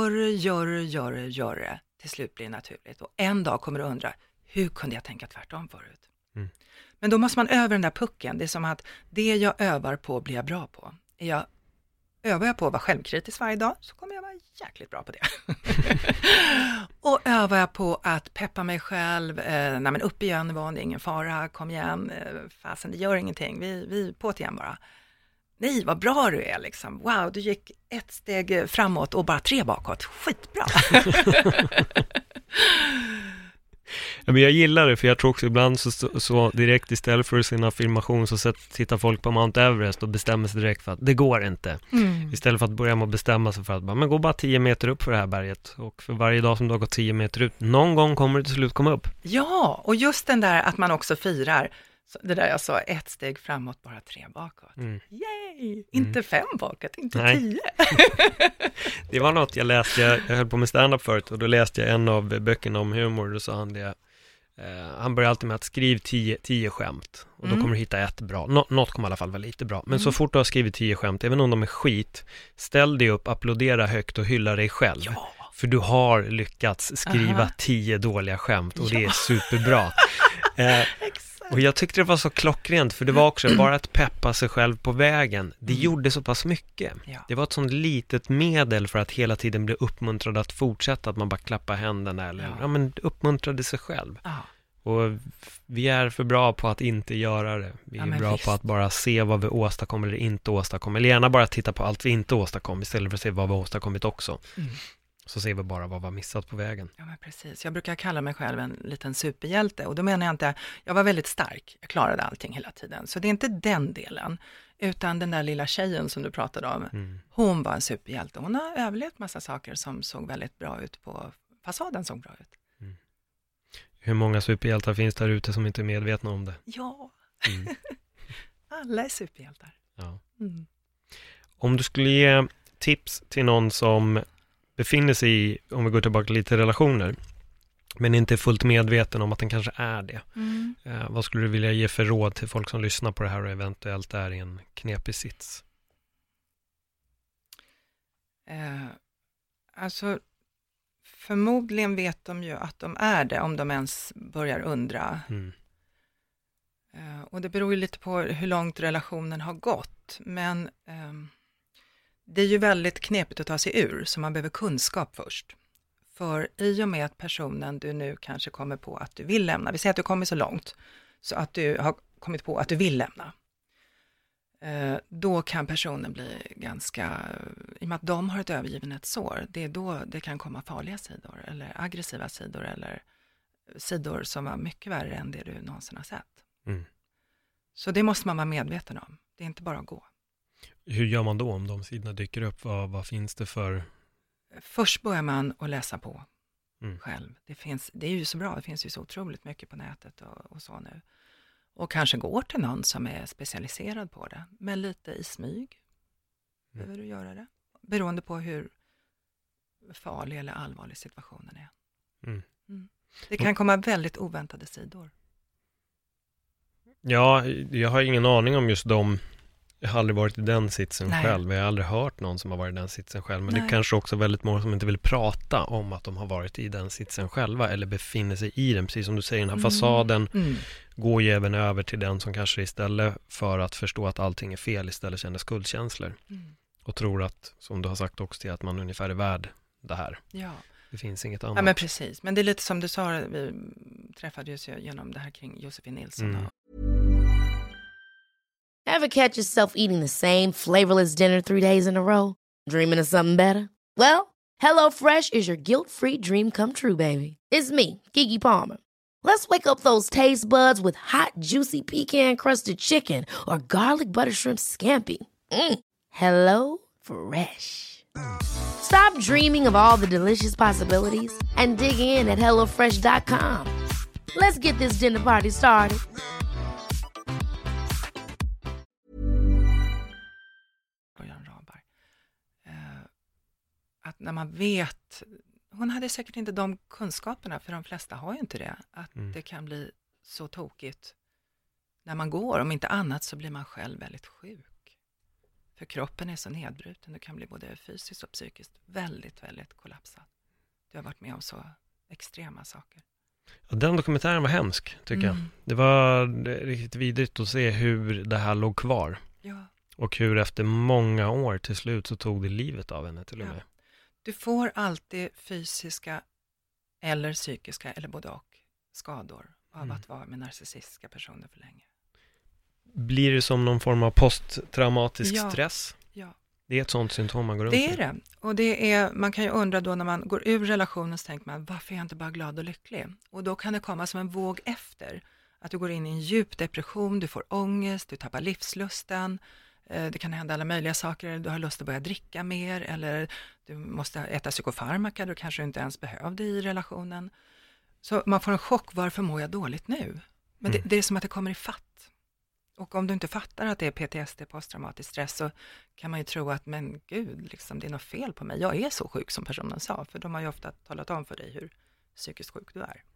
det. Till slut blir det naturligt. Och en dag kommer du undra, hur kunde jag tänka tvärtom förut? Men då måste man över den där pucken. Det är som att det jag övar på blir jag bra på. Övar jag på att vara självkritisk varje dag, så kommer jag vara jäkligt bra på det. Och övar jag på att peppa mig själv, men upp igen, det är ingen fara, kom igen, fasen, det gör ingenting, vi på igen bara. Nej, vad bra du är liksom. Wow, du gick 1 steg framåt och bara 3 bakåt. Skitbra. Ja, men jag gillar det, för jag tror också ibland så direkt istället för sin affirmation så tittar folk på Mount Everest och bestämmer sig direkt för att det går inte. Istället för att börja med att bestämma sig för att men gå bara 10 meter upp för det här berget. Och för varje dag som du har gått 10 meter ut, någon gång kommer det till slut komma upp. Ja, och just den där att man också firar. Det där jag sa, 1 steg framåt, bara 3 bakåt. Yay! Inte 5 bakåt, inte 10. Det var något jag läste, jag höll på med stand-up förut, och då läste jag en av böckerna om humor, och då sa han det. Han börjar alltid med att skriva 10 skämt, och då kommer du hitta ett bra. Något kommer i alla fall vara lite bra. Men så fort du har skrivit 10 skämt, även om de är skit, ställ dig upp, applådera högt och hylla dig själv. Ja. För du har lyckats skriva 10 dåliga skämt, och det är superbra. Och jag tyckte det var så klockrent, för det var också bara att peppa sig själv på vägen. Det gjorde så pass mycket. Ja. Det var ett sånt litet medel för att hela tiden bli uppmuntrad att fortsätta, att man bara klappar händerna eller men uppmuntrade sig själv. Och vi är för bra på att inte göra det. Vi är bra på att bara se vad vi åstadkommer eller inte åstadkommer. Eller gärna bara titta på allt vi inte åstadkommer istället för att se vad vi har åstadkommit också. Så ser vi bara vad vi har missat på vägen. Ja, men precis. Jag brukar kalla mig själv en liten superhjälte. Och då menar jag inte, jag var väldigt stark. Jag klarade allting hela tiden. Så det är inte den delen. Utan den där lilla tjejen som du pratade om. Hon var en superhjälte. Hon har överlevt massa saker som såg väldigt bra ut på fasaden. Såg bra ut. Hur många superhjältar finns där ute som inte är medvetna om det? Ja, alla är superhjältar. Ja. Om du skulle ge tips till någon som befinner sig i, om vi går tillbaka lite till relationer, men inte är fullt medveten om att den kanske är det. Vad skulle du vilja ge för råd till folk som lyssnar på det här och eventuellt är i en knepig sits? Alltså, förmodligen vet de ju att de är det om de ens börjar undra. Och det beror ju lite på hur långt relationen har gått. Men det är ju väldigt knepigt att ta sig ur, så man behöver kunskap först. För i och med att personen du nu kanske kommer på att du vill lämna, vi säger att du kommer så långt så att du har kommit på att du vill lämna. Då kan personen bli ganska, i och med att de har ett övergivenhetssår, det är då det kan komma farliga sidor eller aggressiva sidor eller sidor som var mycket värre än det du någonsin har sett. Så det måste man vara medveten om. Det är inte bara att gå. Hur gör man då om de sidorna dyker upp? Vad finns det för? Först börjar man att läsa på själv. Det är ju så bra, det finns ju så otroligt mycket på nätet och så nu. Och kanske går till någon som är specialiserad på det. Men lite i smyg behöver du göra det. Beroende på hur farlig eller allvarlig situationen är. Det kan komma väldigt oväntade sidor. Ja, jag har ingen aning om just dem. Jag har aldrig varit i den sitsen själv. Jag har aldrig hört någon som har varit i den sitsen själv. Men det är kanske också väldigt många som inte vill prata om att de har varit i den sitsen själva. Eller befinner sig i den. Precis som du säger, den här fasaden går ju även över till den som kanske istället för att förstå att allting är fel istället känner skuldkänslor. Och tror att, som du har sagt också, till att man ungefär är värd det här. Ja. Det finns inget annat. Ja, men precis. Men det är lite som du sa, vi träffade ju genom det här kring Josefin Nilsson. Ever catch yourself eating the same flavorless dinner 3 days in a row? Dreaming of something better? Well, HelloFresh is your guilt-free dream come true, baby. It's me, Keke Palmer. Let's wake up those taste buds with hot, juicy pecan-crusted chicken or garlic butter shrimp scampi. Hello Fresh. Stop dreaming of all the delicious possibilities and dig in at HelloFresh.com. Let's get this dinner party started. Att när man vet, hon hade säkert inte de kunskaperna, för de flesta har ju inte det, att det kan bli så tokigt när man går. Om inte annat så blir man själv väldigt sjuk. För kroppen är så nedbruten, det kan bli både fysiskt och psykiskt väldigt, väldigt kollapsat. Du har varit med om så extrema saker. Ja, den dokumentären var hemsk, tycker jag. Det var riktigt vidrigt att se hur det här låg kvar. Ja. Och hur efter många år till slut så tog det livet av henne till och med. Du får alltid fysiska eller psykiska eller både och skador av att vara med narcissistiska personer för länge. Blir det som någon form av posttraumatisk stress? Ja. Det är ett sånt symptom man går runt med. Det är det. Och det är, man kan ju undra då när man går ur relationen, så tänker man, varför är jag inte bara glad och lycklig? Och då kan det komma som en våg efter. Att du går in i en djup depression, du får ångest, du tappar livslusten. Det kan hända alla möjliga saker, du har lust att börja dricka mer, eller du måste äta psykofarmaka, du kanske inte ens behövde i relationen. Så man får en chock, varför mår jag dåligt nu? Men det är som att det kommer i fatt. Och om du inte fattar att det är PTSD, posttraumatisk stress, så kan man ju tro att, men gud, liksom, det är något fel på mig. Jag är så sjuk som personen sa, för de har ju ofta talat om för dig hur psykiskt sjuk du är.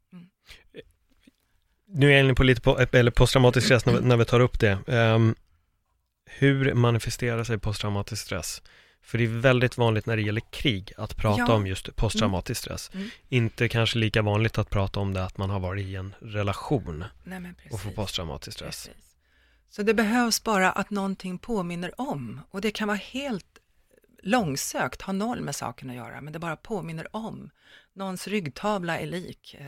Nu är jag inne på lite eller posttraumatisk stress när vi tar upp det. Hur manifesterar sig posttraumatisk stress? För det är väldigt vanligt när det gäller krig att prata om just posttraumatisk stress. Inte kanske lika vanligt att prata om det att man har varit i en relation och får posttraumatisk stress. Precis. Så det behövs bara att någonting påminner om. Och det kan vara helt långsökt, ha noll med saken att göra. Men det bara påminner om. Någons ryggtavla är lik.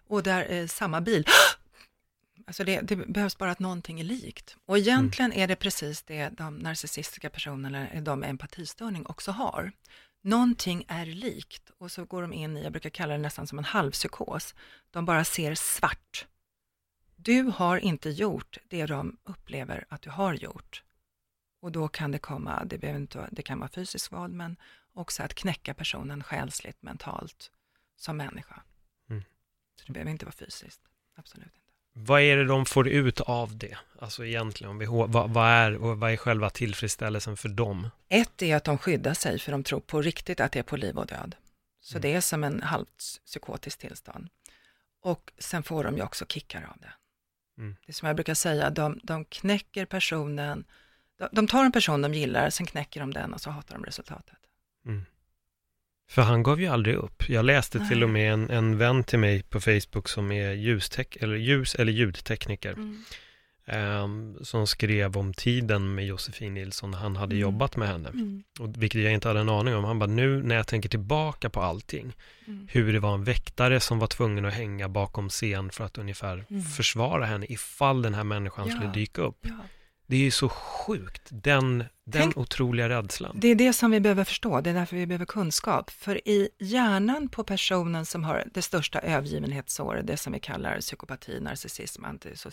Och där är samma bil. Alltså det behövs bara att någonting är likt. Och egentligen är det precis det de narcissistiska personerna eller de med empatistörning också har. Någonting är likt och så går de in i, jag brukar kalla det nästan som en halvpsykos. De bara ser svart. Du har inte gjort det de upplever att du har gjort. Och då kan det komma, det kan vara fysiskt våld, men också att knäcka personen själsligt, mentalt, som människa. Så det behöver inte vara fysiskt, absolut inte. Vad är det de får ut av det? Alltså egentligen, vad är själva tillfredsställelsen för dem? Ett är att de skyddar sig för de tror på riktigt att det är på liv och död. Så det är som en halvt psykotisk tillstånd. Och sen får de ju också kickar av det. Det är som jag brukar säga, de knäcker personen, de tar en person de gillar, sen knäcker de den och så hatar de resultatet. För han gav ju aldrig upp. Jag läste till och med en vän till mig på Facebook som är ljus- eller ljudtekniker. Som skrev om tiden med Josefin Nilsson när han hade jobbat med henne. Och vilket jag inte hade en aning om. Han bara, nu när jag tänker tillbaka på allting. Hur det var en väktare som var tvungen att hänga bakom scen för att ungefär försvara henne ifall den här människan skulle dyka upp. Ja. Det är ju så sjukt, den otroliga rädslan. Det är det som vi behöver förstå, det är därför vi behöver kunskap. För i hjärnan på personen som har det största övergivenhetsåret, det som vi kallar psykopati, narcissism,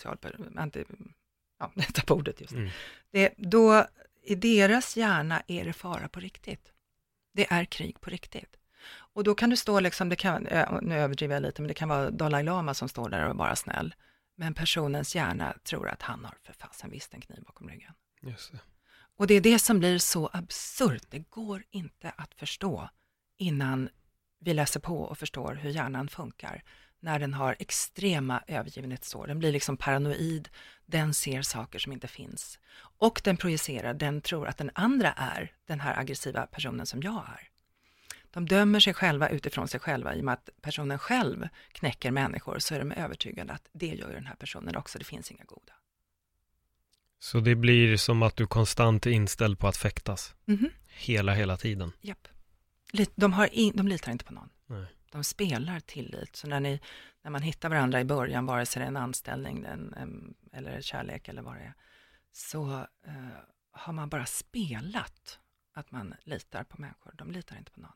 detta ordet just. Då i deras hjärna är det fara på riktigt. Det är krig på riktigt. Och då kan du stå liksom, nu överdriver jag lite, men det kan vara Dalai Lama som står där och är bara snäll. Men personens hjärna tror att han har för fasen visst en kniv bakom ryggen. Just det. Och det är det som blir så absurt. Det går inte att förstå innan vi läser på och förstår hur hjärnan funkar. När den har extrema övergivenhetssår. Den blir liksom paranoid. Den ser saker som inte finns. Och den projicerar. Den tror att den andra är den här aggressiva personen som jag är. De dömer sig själva utifrån sig själva. I och med att personen själv knäcker människor så är de övertygade att det gör den här personen också. Det finns inga goda. Så det blir som att du konstant är inställd på att fäktas. Hela tiden. Japp. De litar inte på någon. Nej. De spelar tillit. Så när man hittar varandra i början, vare sig det är en anställning eller kärlek eller vad det är, så har man bara spelat att man litar på människor. De litar inte på någon.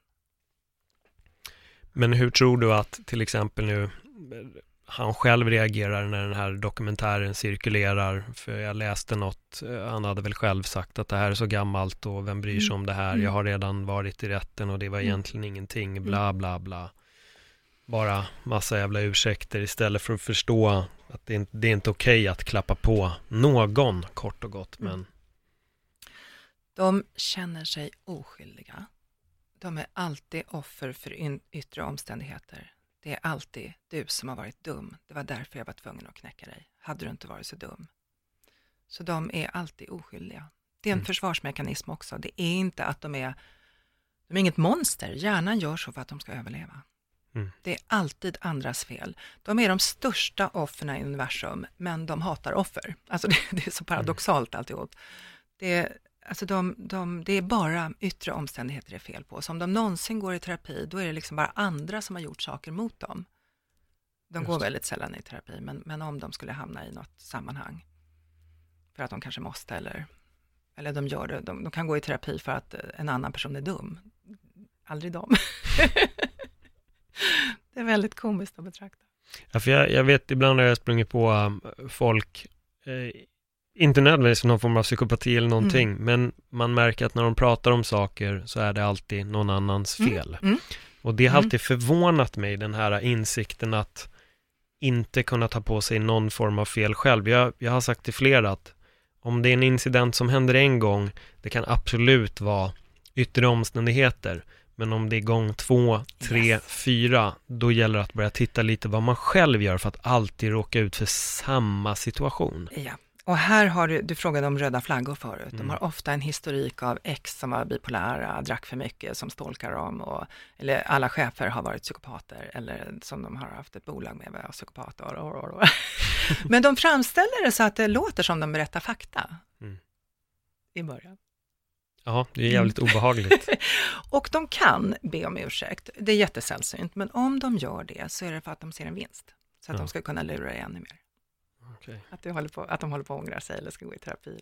Men hur tror du att till exempel nu han själv reagerar när den här dokumentären cirkulerar? För jag läste något, han hade väl själv sagt att det här är så gammalt och vem bryr sig om det här? Jag har redan varit i rätten och det var egentligen ingenting, bla bla bla. Bara massa jävla ursäkter istället för att förstå att det är inte okej att klappa på någon kort och gott. Men de känner sig oskyldiga. De är alltid offer för yttre omständigheter. Det är alltid du som har varit dum. Det var därför jag var tvungen att knäcka dig. Hade du inte varit så dum. Så de är alltid oskyldiga. Det är en försvarsmekanism också. Det är inte att de är inget monster. Hjärnan gör så för att de ska överleva. Det är alltid andras fel. De är de största offren i universum, men de hatar offer. Alltså det är så paradoxalt alltihop. Det är bara yttre omständigheter det är fel på. Så om de någonsin går i terapi, då är det liksom bara andra som har gjort saker mot dem. De går väldigt sällan i terapi, men om de skulle hamna i något sammanhang för att de kanske måste eller de gör det. De kan gå i terapi för att en annan person är dum. Aldrig dem. Det är väldigt komiskt att betrakta. Ja, för jag vet ibland när jag sprungit på folk, inte nödvändigtvis någon form av psykopati eller någonting, men man märker att när de pratar om saker så är det alltid någon annans fel. Och det har alltid förvånat mig, den här insikten att inte kunna ta på sig någon form av fel själv. Jag har sagt till flera att om det är en incident som händer en gång, det kan absolut vara yttre omständigheter. Men om det är gång 2, 3, 4, då gäller det att börja titta lite vad man själv gör för att alltid råka ut för samma situation. Ja, och här har du frågade om röda flaggor förut. De har ofta en historik av ex som var bipolära, drack för mycket, som stalkar dem. Eller alla chefer har varit psykopater, eller som de har haft ett bolag med var psykopater. Men de framställer det så att det låter som de berättar fakta i början. Ja, det är jävligt obehagligt. Och de kan be om ursäkt. Det är jättesällsynt. Men om de gör det så är det för att de ser en vinst. Så att de ska kunna lura dig ännu mer. Okay. Att de håller på att ångra sig eller ska gå i terapi.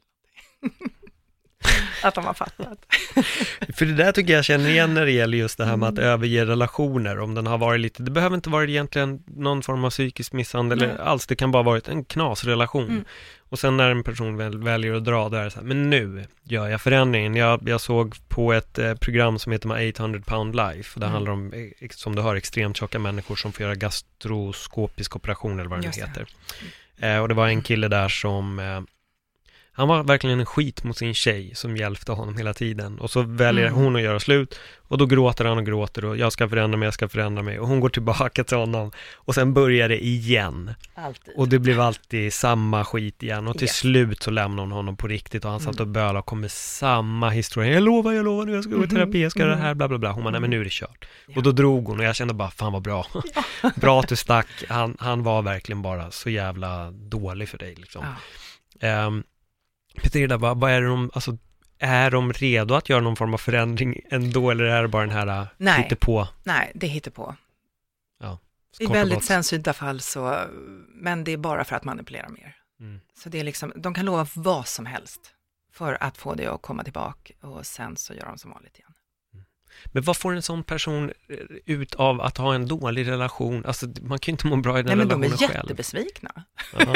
Att de har fattat. För det där tycker jag känner igen när det gäller just det här med att överge relationer. Om den har varit lite, det behöver inte vara egentligen någon form av psykisk misshandel eller alls. Det kan bara vara en knasrelation. Och sen när en person väljer att dra där så här, men nu gör jag förändringen. Jag såg på ett program som heter My 800 Pound Life. Och det handlar om, som du hör, extremt tjocka människor som får göra gastroskopisk operation eller vad det nu heter. Och det var en kille där som... han var verkligen en skit mot sin tjej som hjälpte honom hela tiden. Och så väljer hon att göra slut. Och då gråter han och gråter och jag ska förändra mig. Och hon går tillbaka till honom. Och sen börjar det igen. Alltid. Och det blev alltid samma skit igen. Och till slut så lämnar hon honom på riktigt. Och han satt och bölade och kom med samma historia. Jag lovar nu, jag ska gå i terapi, jag ska göra det här, bla bla bla. Hon bara, nej men nu är det kört. Och då drog hon och jag kände bara, fan vad bra. Bra att du stack. Han var verkligen bara så jävla dålig för dig liksom. Petrida, vad är det alltså, är de redo att göra någon form av förändring ändå, eller är det bara den här hittepå? Nej, det hittar på. Ja, i väldigt sällsynta fall så, men det är bara för att manipulera mer. Så det är liksom, de kan lova vad som helst för att få det att komma tillbaka och sen så gör de som vanligt igen. Men vad får en sån person ut av att ha en dålig relation? Alltså man kan ju inte må bra i den relationen själv. De är jättebesvikna.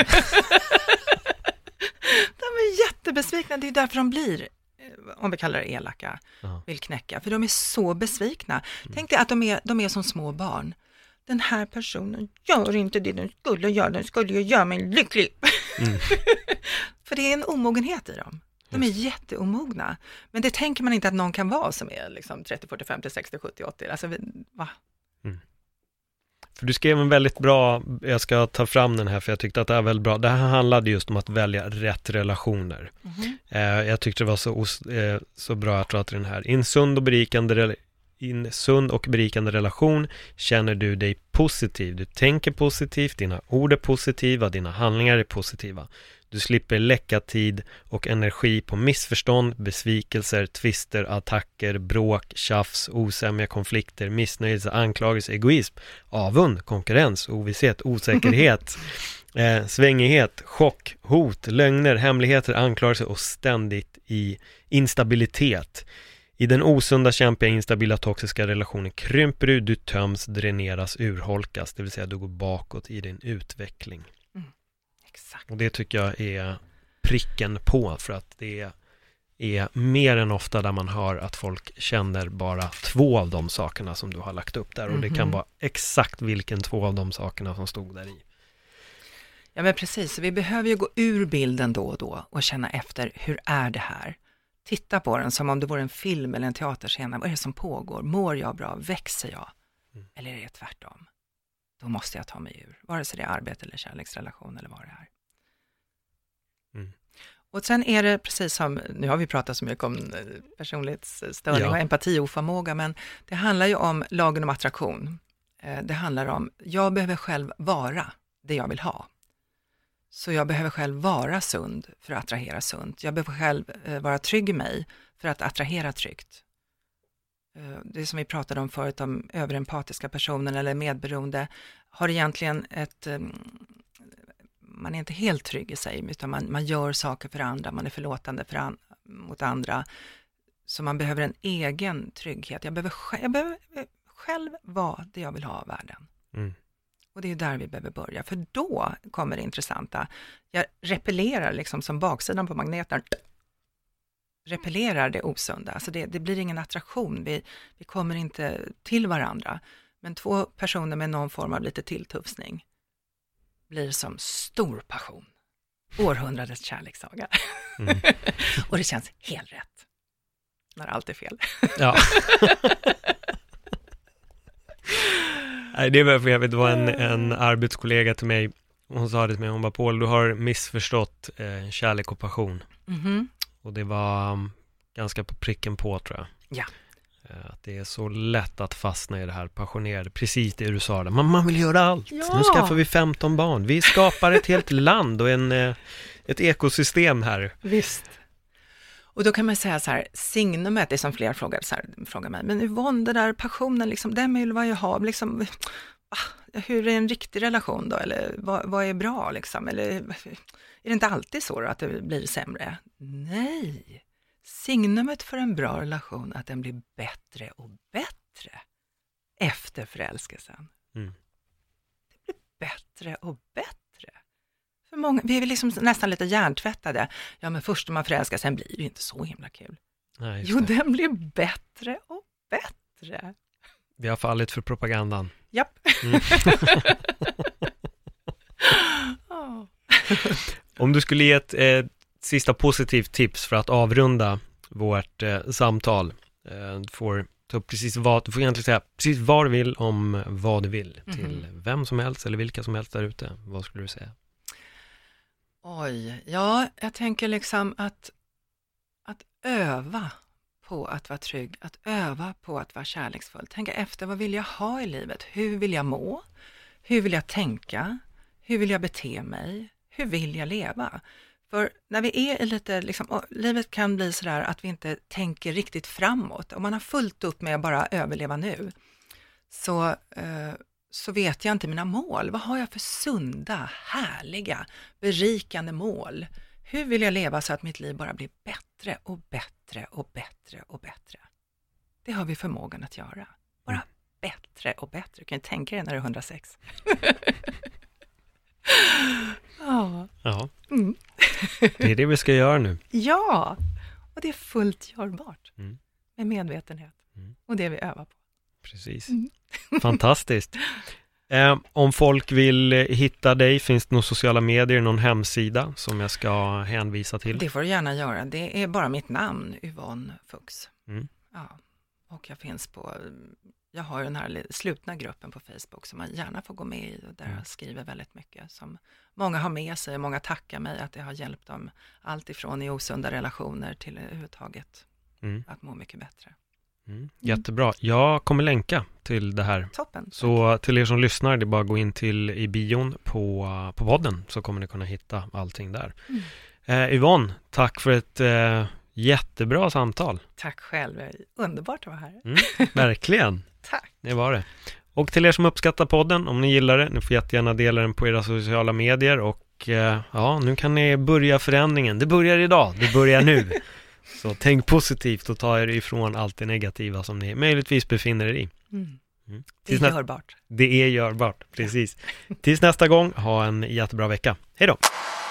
De är jättebesvikna, det är därför de blir, om vi kallar det elaka, vill knäcka. För de är så besvikna. Tänk dig att de är som små barn. Den här personen gör inte det den skulle ju göra mig lycklig. För det är en omogenhet i dem. De är jätteomogna. Men det tänker man inte att någon kan vara som är liksom 30, 40, 50, 60, 70, 80. Alltså, va? För du skrev en väldigt bra, jag ska ta fram den här för jag tyckte att det är väldigt bra. Det här handlade just om att välja rätt relationer. Jag tyckte det var så bra att prata den här. I en sund och berikande relation känner du dig positiv. Du tänker positivt, dina ord är positiva, dina handlingar är positiva. Du slipper läcka tid och energi på missförstånd, besvikelser, tvister, attacker, bråk, tjafs, osämja, konflikter, missnöjelse, anklagelse, egoism, avund, konkurrens, ovisshet, osäkerhet, svängighet, chock, hot, lögner, hemligheter, anklagelser och ständigt i instabilitet. I den osunda, kämpiga, instabila, toxiska relationen krymper du töms, dräneras, urholkas, det vill säga du går bakåt i din utveckling. Exakt. Och det tycker jag är pricken på, för att det är mer än ofta där man hör att folk känner bara 2 av de sakerna som du har lagt upp där. Och det kan vara exakt vilken 2 av de sakerna som stod där i. Ja men precis, vi behöver ju gå ur bilden då och då och känna efter, hur är det här? Titta på den som om det vore en film eller en teaterscen. Vad är det som pågår? Mår jag bra? Växer jag? Eller är det tvärtom? Då måste jag ta mig ur. Vare sig det är arbete eller kärleksrelation eller vad det är. Och sen är det precis som, nu har vi pratat så mycket om personlighetsstörning och empatioförmåga, men det handlar ju om lagen om attraktion. Det handlar om, jag behöver själv vara det jag vill ha. Så jag behöver själv vara sund för att attrahera sunt. Jag behöver själv vara trygg i mig för att attrahera tryggt. Det som vi pratade om förut om överempatiska personer eller medberoende har egentligen man är inte helt trygg i sig, utan man gör saker för andra, man är förlåtande mot andra. Så man behöver en egen trygghet. Jag behöver själv vara det jag vill ha av världen. Och det är där vi behöver börja, för då kommer det intressanta. Jag repellerar liksom som baksidan på magneten. Repellerar det osunda. Alltså det blir ingen attraktion. Vi kommer inte till varandra. Men 2 personer med någon form av lite tilltufsning blir som stor passion. Århundradets kärlekssaga. Och det känns helt rätt. När allt är fel. Ja. Nej, det var för jag vet, det var en arbetskollega till mig. Hon sa det till mig, hon bara, Paul, du har missförstått kärlek och passion. Och det var ganska på pricken på, tror jag. Ja. Att det är så lätt att fastna i det här passionerade, precis det du sa där. Man vill göra allt. Ja. Nu skaffar vi 15 barn. Vi skapar ett helt land och ett ekosystem här. Visst. Och då kan man säga så här, signumet, det är som fler frågar mig, men Yvonne, det där passionen, liksom, den vill vad jag har, liksom, hur är en riktig relation då? Eller vad är bra liksom? Eller är det inte alltid så att det blir sämre? Nej! Signumet för en bra relation är att den blir bättre och bättre efter förälskelsen. Mm. Det blir bättre och bättre. För många, vi är liksom nästan lite hjärntvättade. Ja, men först när man förälskar, sen blir det inte så himla kul. Nej, Jo, den blir bättre och bättre. Vi har fallit för propagandan. Japp. Mm. Om du skulle ge ett sista positivt tips för att avrunda vårt samtal. Du får ta upp du får egentligen säga precis vad du vill om vad du vill till vem som helst eller vilka som helst där ute. Vad skulle du säga? Oj, ja, jag tänker liksom att öva på att vara trygg, att öva på att vara kärleksfull. Tänka efter, vad vill jag ha i livet? Hur vill jag må? Hur vill jag tänka? Hur vill jag bete mig? Hur vill jag leva? För när vi är i lite, liksom, livet kan bli sådär att vi inte tänker riktigt framåt. Om man har fullt upp med att bara överleva nu, så vet jag inte mina mål. Vad har jag för sunda, härliga, berikande mål? Hur vill jag leva så att mitt liv bara blir bättre och bättre och bättre och bättre? Det har vi förmågan att göra. Bara bättre och bättre. Du kan ju tänka dig när du är 106. Ja. Mm. Det är det vi ska göra nu. Ja, och det är fullt görbart med medvetenhet. Och det vi övar på. Precis. Fantastiskt. Om folk vill hitta dig, finns det några sociala medier, någon hemsida som jag ska hänvisa till? Det får du gärna göra. Det är bara mitt namn, Yvonne Fuchs. Ja. Och jag har den här slutna gruppen på Facebook som man gärna får gå med i, och där jag skriver väldigt mycket som många har med sig. Många tackar mig att det har hjälpt dem allt ifrån i osunda relationer till överhuvudtaget att må mycket bättre. Jättebra. Jag kommer länka till det här. Toppen. Så till er som lyssnar, det är bara att gå in i bion på podden, så kommer ni kunna hitta allting där. Yvonne, tack för ett jättebra samtal. Tack själv, det är underbart att vara här. Verkligen. Tack. Det var det. Och till er som uppskattar podden, om ni gillar det, ni får jättegärna dela den på era sociala medier. Och nu kan ni börja förändringen. Det börjar idag, det börjar nu. Så tänk positivt och ta er ifrån allt det negativa som ni möjligtvis befinner er i. Det är görbart. Det är görbart, precis. Tills nästa gång, ha en jättebra vecka. Hej då!